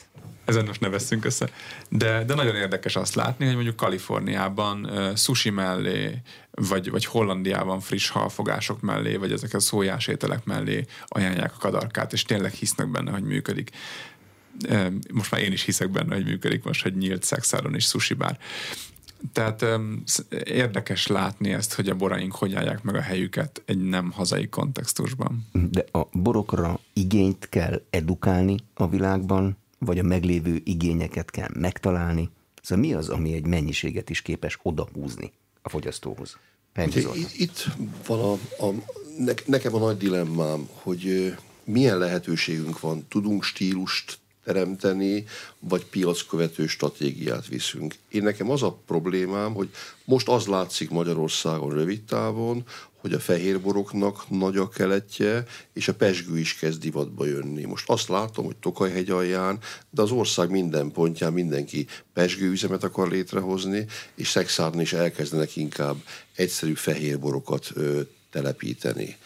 ezen most ne vesszünk össze. De nagyon érdekes azt látni, hogy mondjuk Kaliforniában sushi mellé, vagy Hollandiában friss halfogások mellé, vagy ezek a szójás ételek mellé ajánlják a kadarkát, és tényleg hisznek benne, hogy működik. Most már én is hiszek benne, hogy működik most, hogy nyílt szexáron is sushi bár. Tehát érdekes látni ezt, hogy a boraink hogy állják meg a helyüket egy nem hazai kontextusban. De a borokra igényt kell edukálni a világban, vagy a meglévő igényeket kell megtalálni? Szóval mi az, ami egy mennyiséget is képes odahúzni a fogyasztóhoz? Itt van nekem a nagy dilemmám, hogy milyen lehetőségünk van, tudunk stílust teremteni, vagy piackövető stratégiát viszünk. Nekem az a problémám, hogy most az látszik Magyarországon rövid távon, hogy a fehérboroknak nagy a keletje, és a pezsgő is kezd divatba jönni. Most azt látom, hogy Tokaj-hegy alján, de az ország minden pontján mindenki pezsgőüzemet akar létrehozni, és Szexárdon is elkezdenek inkább egyszerű fehérborokat telepíteni.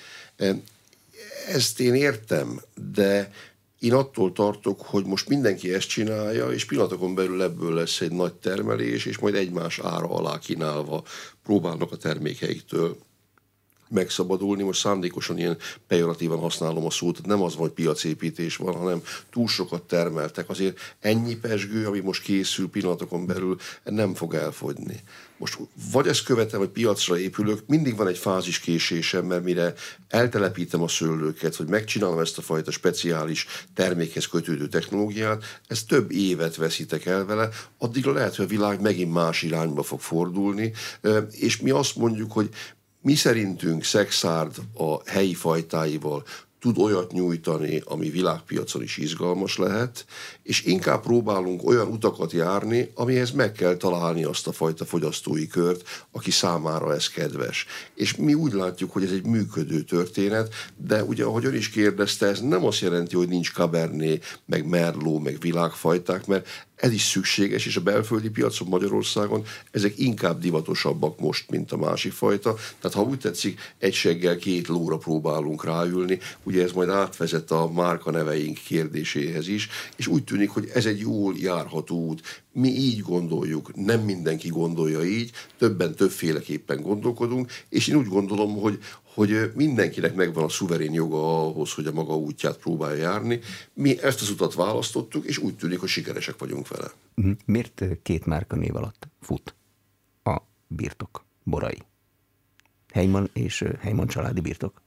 Ezt én értem, de én attól tartok, hogy most mindenki ezt csinálja, és pillanatokon belül ebből lesz egy nagy termelés, és majd egymás ára alá kínálva próbálnak a termékeiktől megszabadulni. Most szándékosan ilyen pejoratívan használom a szót, nem az van, hogy piacépítés van, hanem túl sokat termeltek. Azért ennyi pezsgő, ami most készül pillanatokon belül, nem fog elfogyni. Most vagy ezt követem, vagy piacra épülök, mindig van egy fázis késésem, mert mire eltelepítem a szőlőket, hogy megcsinálom ezt a fajta speciális termékhez kötődő technológiát, ez több évet veszítek el vele, addigra lehet, hogy a világ megint más irányba fog fordulni, és mi azt mondjuk, hogy mi szerintünk Szexárd a helyi fajtáival tud olyat nyújtani, ami világpiacon is izgalmas lehet, és inkább próbálunk olyan utakat járni, amihez meg kell találni azt a fajta fogyasztói kört, aki számára ez kedves. És mi úgy látjuk, hogy ez egy működő történet, de ugye, ahogy ön is kérdezte, ez nem azt jelenti, hogy nincs Cabernet, meg Merlot, meg világfajták, mert ez is szükséges, és a belföldi piacon Magyarországon ezek inkább divatosabbak most, mint a másik fajta. Tehát ha úgy tetszik, egy seggel 2 lóra próbálunk ráülni, ugye ez majd átvezet a márkaneveink kérdéséhez is, és úgy tűnik, hogy ez egy jól járható út. Mi így gondoljuk, nem mindenki gondolja így, többen többféleképpen gondolkodunk, és én úgy gondolom, hogy mindenkinek megvan a szuverén joga ahhoz, hogy a maga útját próbálja járni. Mi ezt az utat választottuk, és úgy tűnik, hogy sikeresek vagyunk vele. Miért 2 márkanév alatt fut a birtok borai? Heimann és Heimann családi birtok?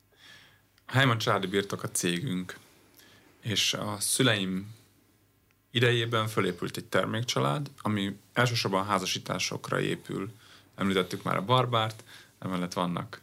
A Heimann családi birtok a cégünk, és a szüleim idejében fölépült egy termékcsalád, ami elsősorban házasításokra épül. Említettük már a Barbárt, emellett vannak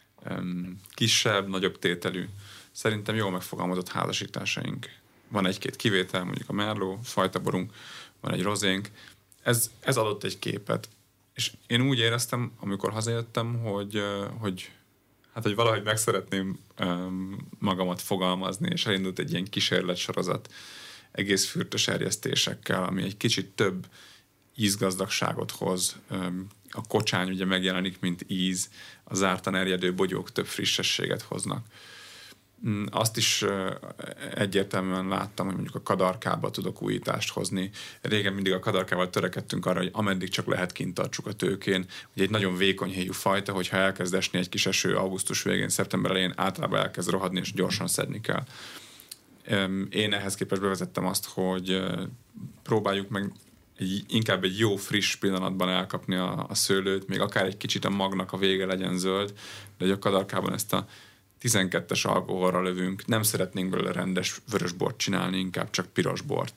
kisebb, nagyobb tételű, szerintem jól megfogalmazott házasításaink. Van 1-2 kivétel, mondjuk a Merlot fajtaborunk, van egy rozénk. Ez adott egy képet. És én úgy éreztem, amikor hazajöttem, hogy valahogy meg szeretném magamat fogalmazni, és elindult egy ilyen kísérletsorozat egész fürtös erjesztésekkel, ami egy kicsit több ízgazdagságot hoz. A kocsány ugye megjelenik, mint íz, a zártan erjedő bogyók több frissességet hoznak. Azt is egyértelműen láttam, hogy mondjuk a kadarkába tudok újítást hozni. Régen mindig a kadarkával törekedtünk arra, hogy ameddig csak lehet kint tartsuk a tőkén. Ugye egy nagyon vékony héjú fajta, hogyha elkezd esni egy kis eső augusztus végén, szeptember elején, általában elkezd rohadni, és gyorsan szedni kell. Én ehhez képest bevezettem azt, hogy próbáljuk meg inkább egy jó, friss pillanatban elkapni a szőlőt, még akár egy kicsit a magnak a vége legyen zöld, de a kadarkában ezt a 12-es alkoholra lövünk, nem szeretnénk belőle rendes vörös bort csinálni, inkább csak piros bort.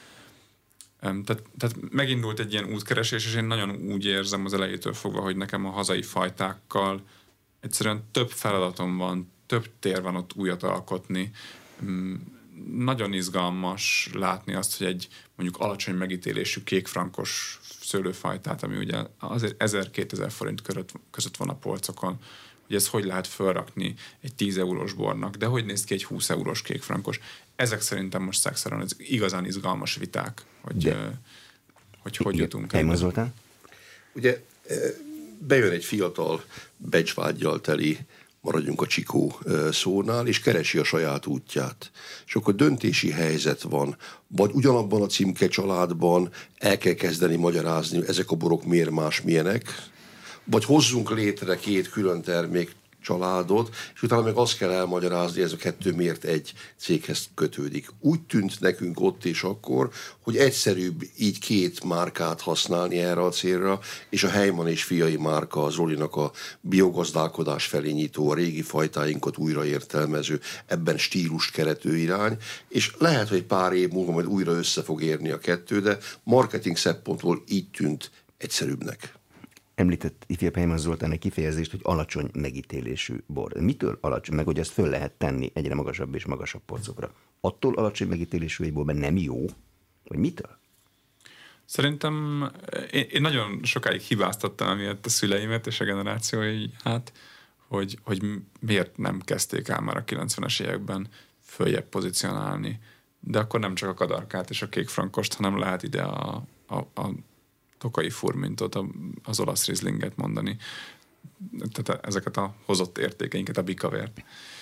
Tehát megindult egy ilyen útkeresés, és én nagyon úgy érzem az elejétől fogva, hogy nekem a hazai fajtákkal egyszerűen több feladatom van, több tér van ott újat alkotni. Nagyon izgalmas látni azt, hogy egy mondjuk alacsony megítélésű kékfrankos szőlőfajtát, ami ugye azért 1000-2000 forint között van a polcokon, hogy ez hogy lehet felrakni egy 10 eurós bornak, de hogy néz ki egy 20 eurós kékfrankos. Ezek szerintem most Szexárdon ez igazán izgalmas viták, hogy jutunk el. Heimann Zoltán? Ugye bejön egy fiatal becsvággyal teli maradjunk a Csikó szónál, és keresi a saját útját. És akkor döntési helyzet van, vagy ugyanabban a címke családban el kell kezdeni magyarázni, hogy ezek a borok miért más milyenek, vagy hozzunk létre két külön termék családot, és utána meg azt kell elmagyarázni, ez a kettő miért egy céghez kötődik. Úgy tűnt nekünk ott és akkor, hogy egyszerűbb így két márkát használni erre a célra, és a Heimann és fiai márka az Zolinak a biogazdálkodás felé nyitó, a régi fajtáinkat újraértelmező, ebben stílust kerető irány, és lehet, hogy pár év múlva majd újra össze fog érni a kettő, de marketing szempontból így tűnt egyszerűbbnek. Említett ifjabb Heimann Zoltán egy kifejezést, hogy alacsony megítélésű bor. Mitől alacsony? Meg hogy ezt föl lehet tenni egyre magasabb és magasabb polcokra. Attól alacsony megítélésű egy borban nem jó? Vagy mitől? Szerintem én nagyon sokáig hibáztattam emiatt a szüleimet és a generációiját, hogy miért nem kezdték el már a 90-es években följebb pozícionálni. De akkor nem csak a kadarkát és a kékfrankost, hanem lehet ide a tokai furmintot, az olasz rizlinget mondani. Tehát ezeket a hozott értékeinket, a bikavért.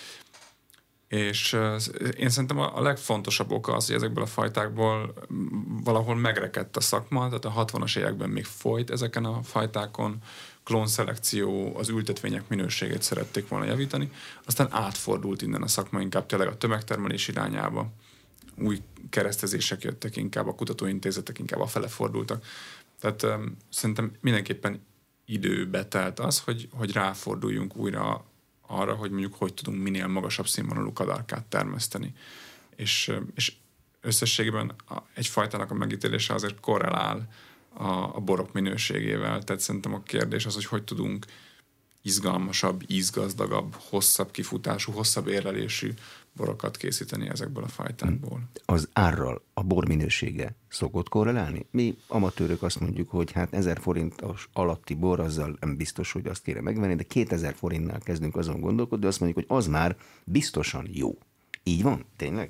És én szerintem a legfontosabb oka az, hogy ezekből a fajtákból valahol megrekedt a szakma, tehát a 60-as években még folyt ezeken a fajtákon, klónszelekció, az ültetvények minőségét szerették volna javítani, aztán átfordult innen a szakma inkább tényleg a tömegtermelés irányába. Új keresztezések jöttek inkább, a kutatóintézetek inkább afele fordultak. Tehát szerintem mindenképpen időbe telt az, hogy ráforduljunk újra arra, hogy mondjuk hogy tudunk minél magasabb színvonalú kadarkát termeszteni. És összességében egy fajtának a megítélése azért korrelál a borok minőségével. Tehát szerintem a kérdés az, hogy tudunk izgalmasabb, ízgazdagabb, hosszabb kifutású, hosszabb érlelésű borokat készíteni ezekből a fajtákból. Az árral a bor minősége szokott korrelálni? Mi amatőrök azt mondjuk, hogy hát 1000 forintos alatti bor, azzal nem biztos, hogy azt kéne megvenni, de 2000 forintnál kezdünk azon gondolkodni, de azt mondjuk, hogy az már biztosan jó. Így van? Tényleg?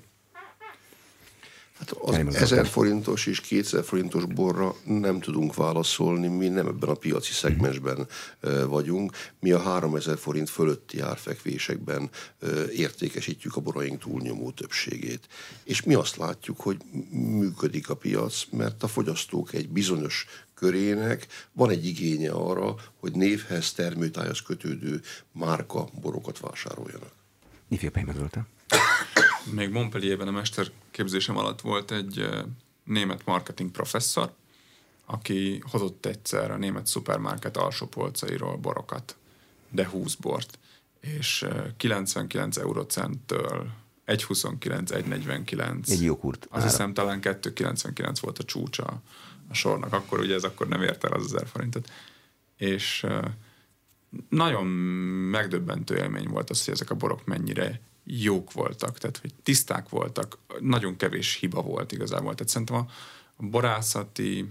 Hát az 1000 forintos és 2000 forintos borra nem tudunk válaszolni, mi nem ebben a piaci szegmensben vagyunk. Mi a 3000 forint fölötti árfekvésekben értékesítjük a boraink túlnyomó többségét. És mi azt látjuk, hogy működik a piac, mert a fogyasztók egy bizonyos körének van egy igénye arra, hogy névhez, termőtájhoz kötődő márka borokat vásároljanak. Ifjabb Heimann Zoltán. Még Montpellierben a mesterképzésem alatt volt egy német marketing professzor, aki hozott egyszer a német szupermarket alsó polcairól borokat, de 20 bort, és 99 eurocenttől 1,29, 1,49. Egy jogurt. Azt hiszem talán 2,99 volt a csúcsa a sornak. Akkor ugye ez akkor nem ért el az 1000 forintot. És nagyon megdöbbentő élmény volt az, hogy ezek a borok mennyire jók voltak, tehát hogy tiszták voltak, nagyon kevés hiba volt igazából. Tehát szerintem a borászati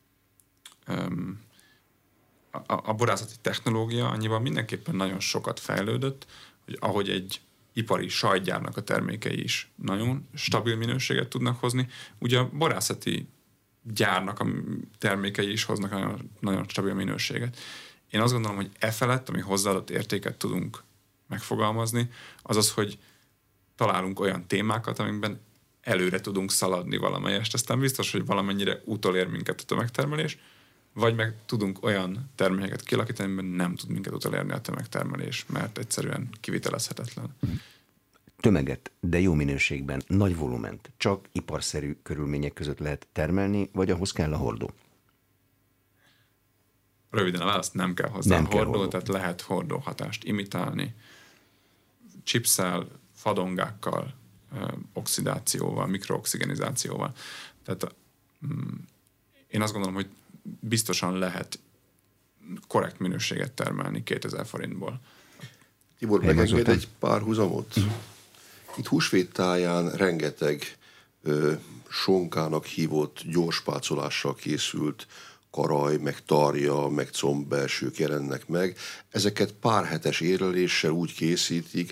a borászati technológia annyiban mindenképpen nagyon sokat fejlődött, hogy ahogy egy ipari sajtgyárnak a termékei is nagyon stabil minőséget tudnak hozni, ugye a borászati gyárnak a termékei is hoznak nagyon, nagyon stabil minőséget. Én azt gondolom, hogy felett, ami hozzáadott értéket tudunk megfogalmazni, az az, hogy találunk olyan témákat, amikben előre tudunk szaladni valamelyest. Aztán biztos, hogy valamennyire utolér minket a tömegtermelés, vagy meg tudunk olyan termékeket kialakítani, amiben nem tud minket utolérni a tömegtermelés, mert egyszerűen kivitelezhetetlen. Tömeget, de jó minőségben, nagy volument csak iparszerű körülmények között lehet termelni, vagy ahhoz kell a hordó? Röviden a választ, nem kell hozzá a hordó, tehát lehet hordóhatást imitálni. Chipszel, fadongákkal, oxidációval, mikrooxigenizációval. Tehát én azt gondolom, hogy biztosan lehet korrekt minőséget termelni 2000 forintból. Tibor, megenged egy párhuzamot? Itt húsvét táján rengeteg sonkának hívott, gyorspácolással készült karaj, meg tarja, meg combelsők jelennek meg. Ezeket pár hetes érleléssel úgy készítik,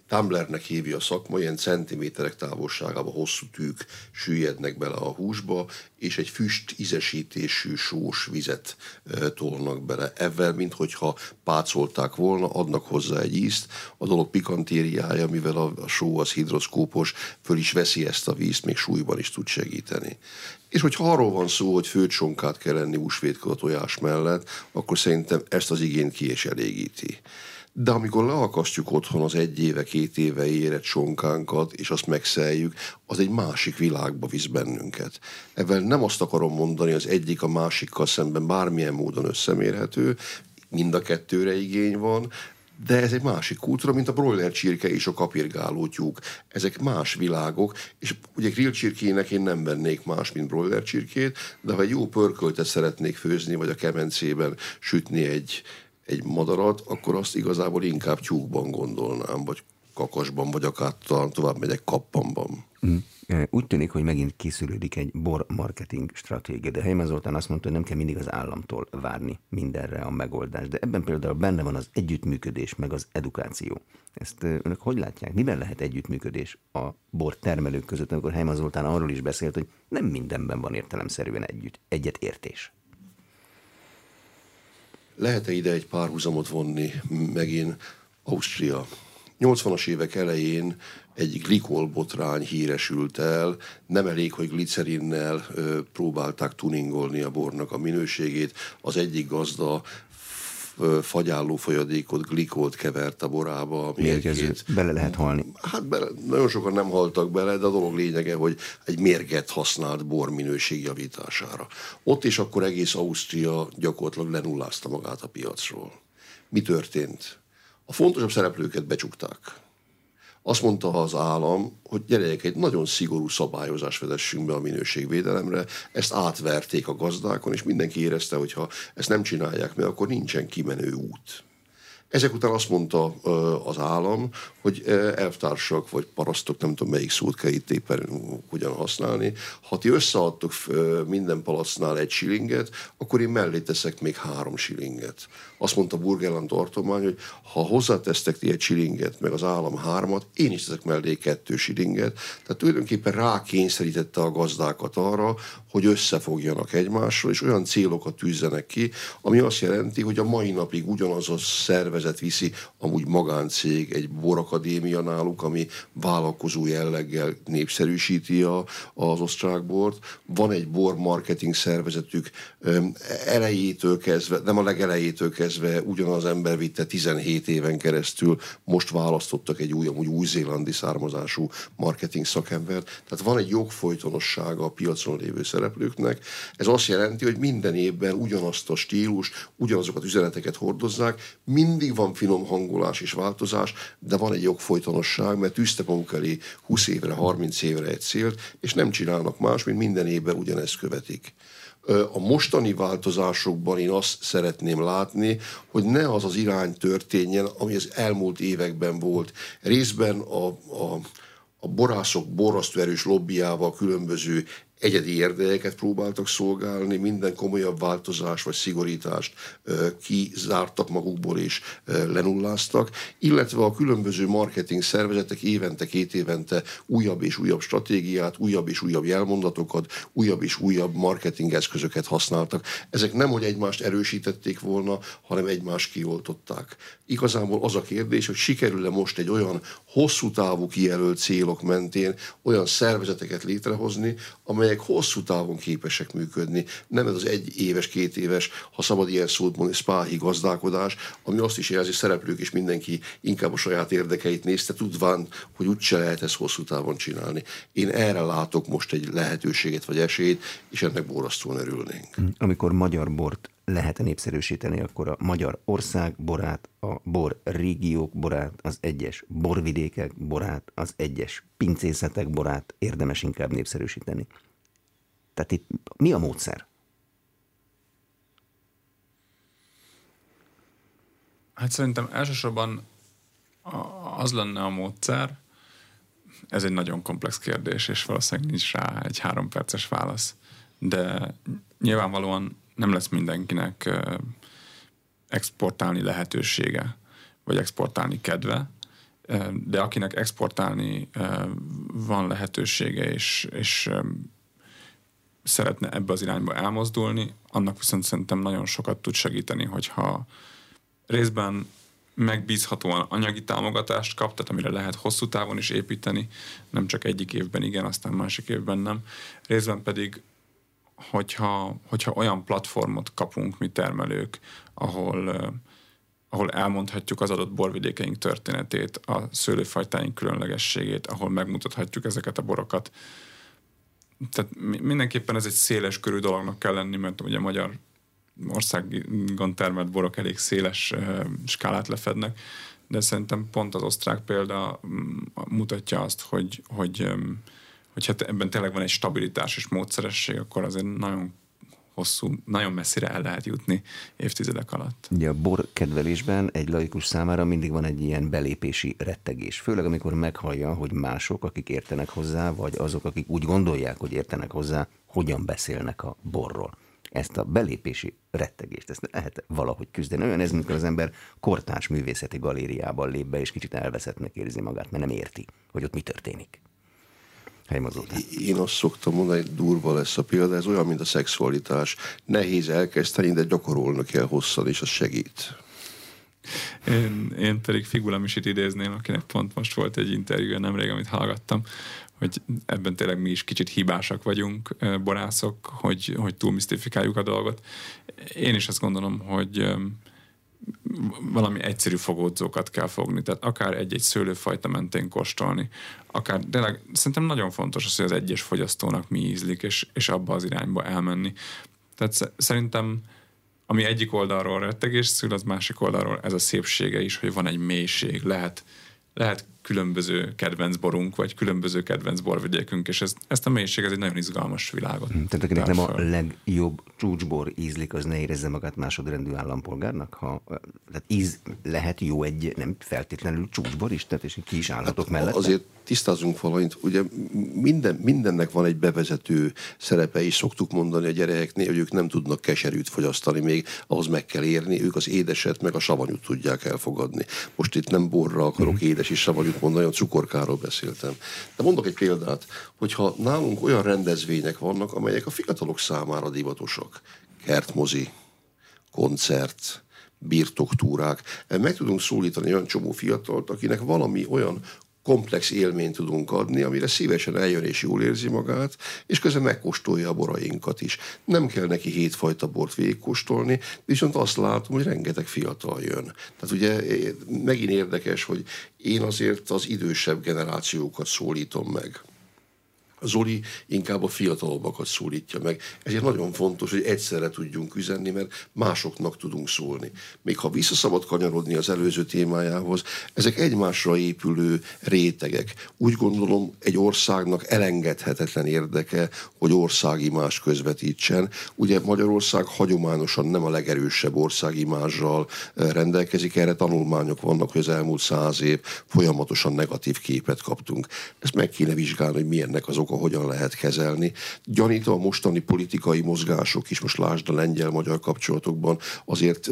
tumblernek hívja a szakma, ilyen centiméterek távolságában hosszú tűk süllyednek bele a húsba, és egy füst ízesítésű sós vizet tolnak bele. Ezzel, minthogyha pácolták volna, adnak hozzá egy ízt. A dolog pikantériája, mivel a só az hidroszkópos, föl is veszi ezt a vízt, még súlyban is tud segíteni. És hogyha arról van szó, hogy főtt sonkát kell enni húsvétkor a tojás mellett, akkor szerintem ezt az igényt ki is elégíti. De amikor leakasztjuk otthon az 1 éve, 2 éve érett sonkánkat, és azt megszeljük, az egy másik világba visz bennünket. Ezzel nem azt akarom mondani, az egyik a másikkal szemben bármilyen módon összemérhető, mind a kettőre igény van, de ez egy másik kultúra, mint a broiler csirke és a kapirgáló tyúk. Ezek más világok, és ugye grill csirkének én nem vennék más, mint broiler csirkét, de ha egy jó pörköltet szeretnék főzni, vagy a kemencében sütni egy madarat, akkor azt igazából inkább tyúkban gondolnám, vagy kakasban, vagy akár tovább megyek kappanban. Úgy tűnik, hogy megint készülődik egy bor marketing stratégia, de Heyman Zoltán azt mondta, hogy nem kell mindig az államtól várni mindenre a megoldást, de ebben például benne van az együttműködés, meg az edukáció. Ezt önök hogy látják? Miben lehet együttműködés a bor termelők között, amikor Heyman Zoltán arról is beszélt, hogy nem mindenben van értelemszerűen egyetértés? Lehet-e ide egy párhuzamot vonni megint Ausztria? 80-as évek elején egy glikolbotrány híresült el, nem elég, hogy glicerinnel próbálták tuningolni a bornak a minőségét, az egyik gazda fagyálló folyadékot, glikolt kevert a borába. Mérgező. Bele lehet halni. Hát nagyon sokan nem haltak bele, de a dolog lényege, hogy egy mérget használt bor minőség javítására. Ott is akkor egész Ausztria gyakorlatilag lenullázta magát a piacról. Mi történt? A fontosabb szereplőket becsukták. Azt mondta az állam, hogy gyerekek, egy nagyon szigorú szabályozást vezessünk be a minőségvédelemre, ezt átverték a gazdákon, és mindenki érezte, hogy ha ezt nem csinálják meg, akkor nincsen kimenő út. Ezek után azt mondta az állam, hogy elvtársak vagy parasztok, nem tudom melyik szót kell itt éppen hogyan használni, ha ti összeadtok minden palacnál 1 shillinget, akkor én mellé teszek még 3 shillinget. Azt mondta Burgenland tartomány, hogy ha hozzátesztek ti 1 shillinget, meg az állam 3-at, én is teszek mellé 2 shillinget. Tehát tulajdonképpen rákényszerítette a gazdákat arra, hogy összefogjanak egymással, és olyan célokat tűzzenek ki, ami azt jelenti, hogy a mai napig ugyanaz a szervezet viszi, amúgy magáncég, egy borakadémia náluk, ami vállalkozó jelleggel népszerűsíti az osztrák bort. Van egy bor marketing szervezetük, elejétől kezdve, nem a legelejétől kezdve ugyanaz ember vitte 17 éven keresztül, most választottak egy amúgy új-zélandi származású marketing szakembert. Tehát van egy jogfolytonossága a piacon lévő szereplőknek. Ez azt jelenti, hogy minden évben ugyanazt a stílus, ugyanazokat üzeneteket hordozzák, mindig van finom hangolás és változás, de van egy jogfolytonosság, mert tűztek maguk elé 20 évre, 30 évre egy célt, és nem csinálnak más, mint minden évben ugyanezt követik. A mostani változásokban én azt szeretném látni, hogy ne az az irány történjen, ami az elmúlt években volt. Részben a borászok borzasztó erős lobbyjával különböző egyedi érdekeket próbáltak szolgálni, minden komolyabb változás vagy szigorítást kizártak magukból és lenulláztak, illetve a különböző marketing szervezetek évente, 2 évente újabb és újabb stratégiát, újabb és újabb jelmondatokat, újabb és újabb marketing eszközöket használtak. Ezek nem, hogy egymást erősítették volna, hanem egymást kioltották. Igazából az a kérdés, hogy sikerül-e most egy olyan hosszú távú kijelölt célok mentén olyan szervezeteket létrehozni, amelyek hosszú távon képesek működni. Nem ez az 1 éves, 2 éves, ha szabad ilyen szót mondani, spáhi gazdálkodás, ami azt is jelzi, szereplők és mindenki inkább a saját érdekeit nézte, tudván, hogy úgyse lehet ezt hosszú távon csinálni. Én erre látok most egy lehetőséget vagy esélyt, és ennek borzasztóan örülnénk. Amikor magyar bort lehet népszerűsíteni, akkor a magyar ország borát, a bor régiók borát, az egyes borvidékek borát, az egyes pincészetek borát érdemes inkább népszerűsíteni. Tehát itt mi a módszer? Hát szerintem elsősorban az lenne a módszer, ez egy nagyon komplex kérdés, és valószínűleg nincs rá egy 3 perces válasz, de nyilvánvalóan nem lesz mindenkinek exportálni lehetősége, vagy exportálni kedve. de akinek exportálni van lehetősége, és szeretne ebbe az irányba elmozdulni, annak viszont szerintem nagyon sokat tud segíteni, hogyha részben megbízhatóan anyagi támogatást kap, tehát amire lehet hosszú távon is építeni, nem csak egyik évben igen, aztán másik évben nem. Részben pedig, hogyha olyan platformot kapunk mi termelők, ahol elmondhatjuk az adott borvidékeink történetét, a szőlőfajtáink különlegességét, ahol megmutathatjuk ezeket a borokat. Tehát mindenképpen ez egy széles körű dolognak kell lenni, mert ugye Magyarországon termelt borok elég széles skálát lefednek, de szerintem pont az osztrák példa mutatja azt, hogy hát ebben tényleg van egy stabilitás és módszeresség, akkor azért nagyon hosszú, nagyon messzire el lehet jutni évtizedek alatt. Ugye a borkedvelésben egy laikus számára mindig van egy ilyen belépési rettegés. Főleg amikor meghallja, hogy mások, akik értenek hozzá, vagy azok, akik úgy gondolják, hogy értenek hozzá, hogyan beszélnek a borról. Ezt a belépési rettegést, ezt lehet valahogy küzdeni. Olyan ez, amikor az ember kortárs művészeti galériában lép be, és kicsit elveszettnek érzi magát, mert nem érti, hogy ott mi történik. Heimans Zoltán. Én azt szoktam mondani, hogy durva lesz a példa, ez olyan, mint a szexualitás. Nehéz elkezdeni, de gyakorolni kell hosszan, és az segít. Én pedig Figula Misit idézném, akinek pont most volt egy interjúja nemrég, amit hallgattam, hogy ebben tényleg mi is kicsit hibásak vagyunk, borászok, hogy túl misztifikáljuk a dolgot. Én is azt gondolom, hogy valami egyszerű fogódzókat kell fogni, tehát akár egy-egy szőlőfajta mentén kóstolni, akár, de szerintem nagyon fontos az, hogy az egyes fogyasztónak mi ízlik, és abba az irányba elmenni. Tehát szerintem ami egyik oldalról rettegés szül, az másik oldalról ez a szépsége is, hogy van egy mélység, lehet különböző kedvencborunk, vagy különböző kedvenc borvidékünk, és ezt a mélység, ez egy nagyon izgalmas világot. Tehát akinek nem a legjobb csúcsbor ízlik, az ne érezze magát másodrendű állampolgárnak? Tehát íz lehet jó egy nem feltétlenül csúcsbor is, tehát és ki is állhatok mellette? Azért tisztázunk valamit, ugye mindennek van egy bevezető szerepe, és szoktuk mondani a gyerekeknél, hogy ők nem tudnak keserűt fogyasztani, még ahhoz meg kell érni, ők az édeset meg a savanyút tudják elfogadni. Most itt nem borra akarok édes és savanyút mondani, a cukorkáról beszéltem. De mondok egy példát, hogyha nálunk olyan rendezvények vannak, amelyek a fiatalok számára divatosak, kertmozi, koncert, birtoktúrák, meg tudunk szólítani olyan csomó fiatalt, akinek valami olyan komplex élményt tudunk adni, amire szívesen eljön és jól érzi magát, és közben megkóstolja a borainkat is. Nem kell neki 7 fajta bort végigkóstolni, viszont azt látom, hogy rengeteg fiatal jön. Tehát ugye megint érdekes, hogy én azért az idősebb generációkat szólítom meg. Zoli inkább a fiatalabbakat szólítja meg. Ezért nagyon fontos, hogy egyszerre tudjunk üzenni, mert másoknak tudunk szólni. Még ha visszaszabad kanyarodni az előző témájához, ezek egymásra épülő rétegek. Úgy gondolom, egy országnak elengedhetetlen érdeke, hogy országimázs közvetítsen. Ugye Magyarország hagyományosan nem a legerősebb országimázsal rendelkezik, erre tanulmányok vannak, hogy az elmúlt 100 év folyamatosan negatív képet kaptunk. Ezt meg kéne vizsgálni, hogy milyennek az oka, hogyan lehet kezelni. Gyanítom, a mostani politikai mozgások is, most lásd a lengyel-magyar kapcsolatokban, azért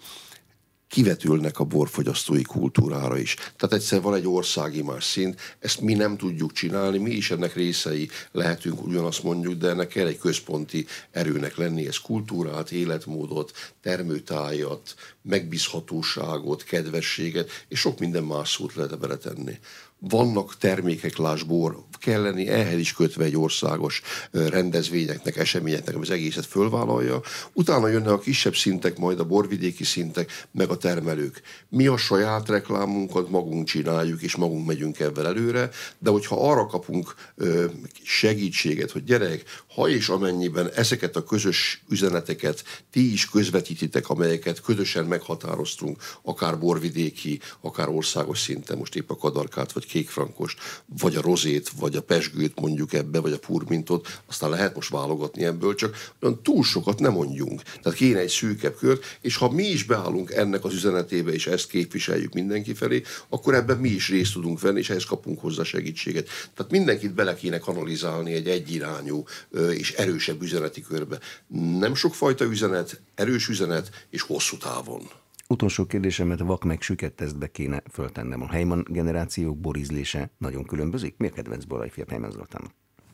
kivetülnek a borfogyasztói kultúrára is. Tehát egyszer van egy országimázs szint, ezt mi nem tudjuk csinálni, mi is ennek részei lehetünk, ugyanazt mondjuk, de ennek kell egy központi erőnek lenni, ez kultúrát, életmódot, termőtájat, megbízhatóságot, kedvességet, és sok minden más szót lehet beletenni. Vannak termékek, lásd bor, kell lenni ehhez is kötve egy országos rendezvényeknek, eseményeknek, ami az egészet fölvállalja. Utána jönnek a kisebb szintek, majd a borvidéki szintek, meg a termelők. Mi a saját reklámunkat magunk csináljuk, és magunk megyünk ebben előre, de hogyha arra kapunk segítséget, hogy gyerek, ha és amennyiben ezeket a közös üzeneteket ti is közvetítitek, amelyeket közösen meghatároztunk, akár borvidéki, akár országos szinten, most épp a kadarkát, vagy kékfrankost, vagy a rozét, vagy a pezsgőt mondjuk ebbe, vagy a purmintot, aztán lehet most válogatni ebből, csak olyan túl sokat nem mondjunk. Tehát kéne egy szűkebb kör, és ha mi is beállunk ennek az üzenetébe, és ezt képviseljük mindenki felé, akkor ebben mi is részt tudunk venni, és ehhez kapunk hozzá segítséget. Tehát mindenkit bele kéne kanalizálni egy egyirányú és erősebb üzeneti körbe. Nem sokfajta üzenet, erős üzenet, és hosszú távon. Utolsó kérdésemet vak meg süket tesztbe kéne föltennem. A Heimann generációk borízlése nagyon különbözik? Mi a kedvenc bor ifjabb Heimann Zoltánnak?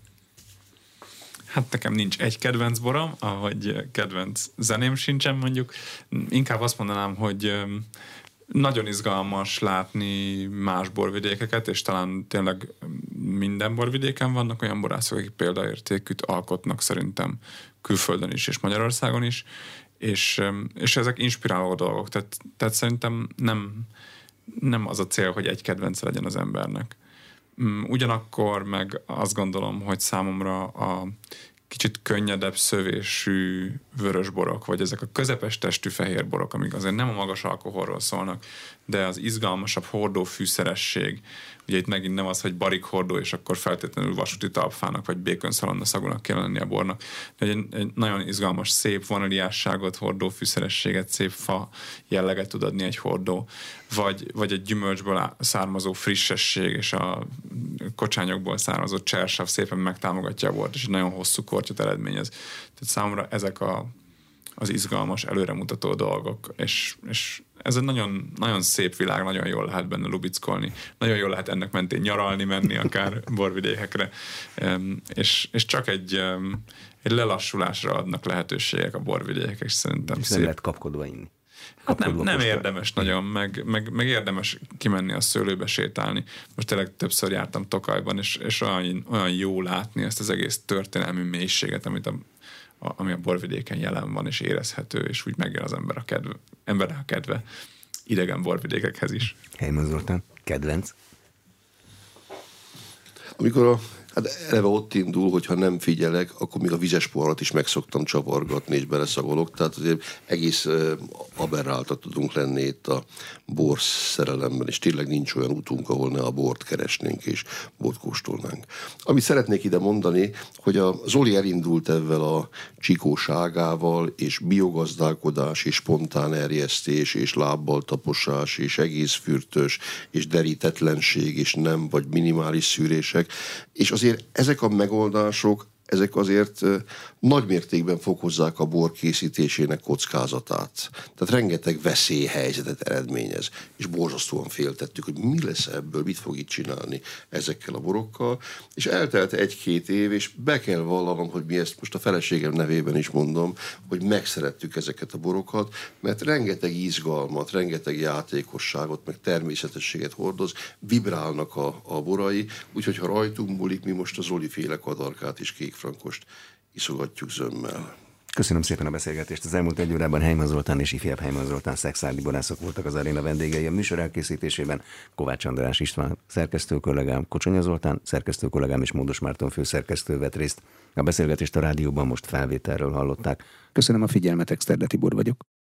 Hát nekem nincs egy kedvenc borom, ahogy kedvenc zeném sincsen mondjuk. Inkább azt mondanám, hogy nagyon izgalmas látni más borvidékeket, és talán tényleg minden borvidéken vannak olyan borászok, akik példaértékűt alkotnak szerintem külföldön is és Magyarországon is, és ezek inspiráló dolgok. Tehát szerintem nem az a cél, hogy egy kedvence legyen az embernek. Ugyanakkor meg azt gondolom, hogy számomra a kicsit könnyedebb szövésű vörösborok, vagy ezek a közepes testű fehérborok, amik azért nem a magas alkoholról szólnak, de az izgalmasabb hordófűszeresség. Ugye itt megint nem az, hogy barikhordó, és akkor feltétlenül vasúti talpfának, vagy békönszalonna szagúnak kell lenni a bornak, de egy nagyon izgalmas, szép vaníliásságot, hordófűszerességet, szép fa jelleget tud adni egy hordó, vagy egy gyümölcsből származó frissesség, és a kocsányokból származó csersav szépen megtámogatja a bort, és egy nagyon hosszú kortyot eredményez. Tehát számomra ezek az izgalmas, előremutató dolgok, és ez egy nagyon, nagyon szép világ, nagyon jól lehet benne lubickolni, nagyon jól lehet ennek mentén nyaralni, menni akár borvidékekre, és csak egy lelassulásra adnak lehetőségek a borvidékek, és szerintem szép. Nem lehet kapkodva inni. Hát nem érdemes nagyon, meg érdemes kimenni a szőlőbe sétálni. Most tényleg többször jártam Tokajban, és olyan jó látni ezt az egész történelmi mélységet, ami a borvidéken jelen van, és érezhető, és úgy megjön az embernek a kedve idegen borvidékekhez is. Heimann Zoltán, kedvenc? Amikor eleve ott indul, hogyha nem figyelek, akkor még a vizes poharat is meg szoktam csavargatni, és beleszagolok. Tehát azért egész aberráltak tudunk lenni itt a bor szerelemben, és tényleg nincs olyan útunk, ahol ne a bort keresnénk és bort kóstolnánk. Amit szeretnék ide mondani, hogy a Zoli elindult ezzel a csikóságával, és biogazdálkodás, és spontán erjesztés, és lábbal taposás, és egész fürtös, és derítetlenség, és nem, vagy minimális szűrések, és azért ezek a megoldások, ezek azért nagy mértékben fokozzák a bor készítésének kockázatát. Tehát rengeteg veszélyhelyzetet eredményez, és borzasztóan féltettük, hogy mi lesz ebből, mit fog itt csinálni ezekkel a borokkal, és eltelt 1-2 év, és be kell vallanom, hogy mi ezt most a feleségem nevében is mondom, hogy megszerettük ezeket a borokat, mert rengeteg izgalmat, rengeteg játékosságot, meg természetességet hordoz, vibrálnak a borai, úgyhogy ha rajtunk múlik, mi most a Zoli féle kadarkát és kékfrankost iszogatjuk zömmel. Köszönöm szépen a beszélgetést. Az elmúlt 1 órában Heimann Zoltán és ifjabb Heimann Zoltán szekszárdi borászok voltak az aréna vendégei. A műsor elkészítésében Kovács András István szerkesztő kollégám, Kocsonya Zoltán szerkesztő kollégám és Módos Márton főszerkesztő vett részt. A beszélgetést a rádióban most felvételről hallották. Köszönöm a figyelmet, Exterde Tibor vagyok.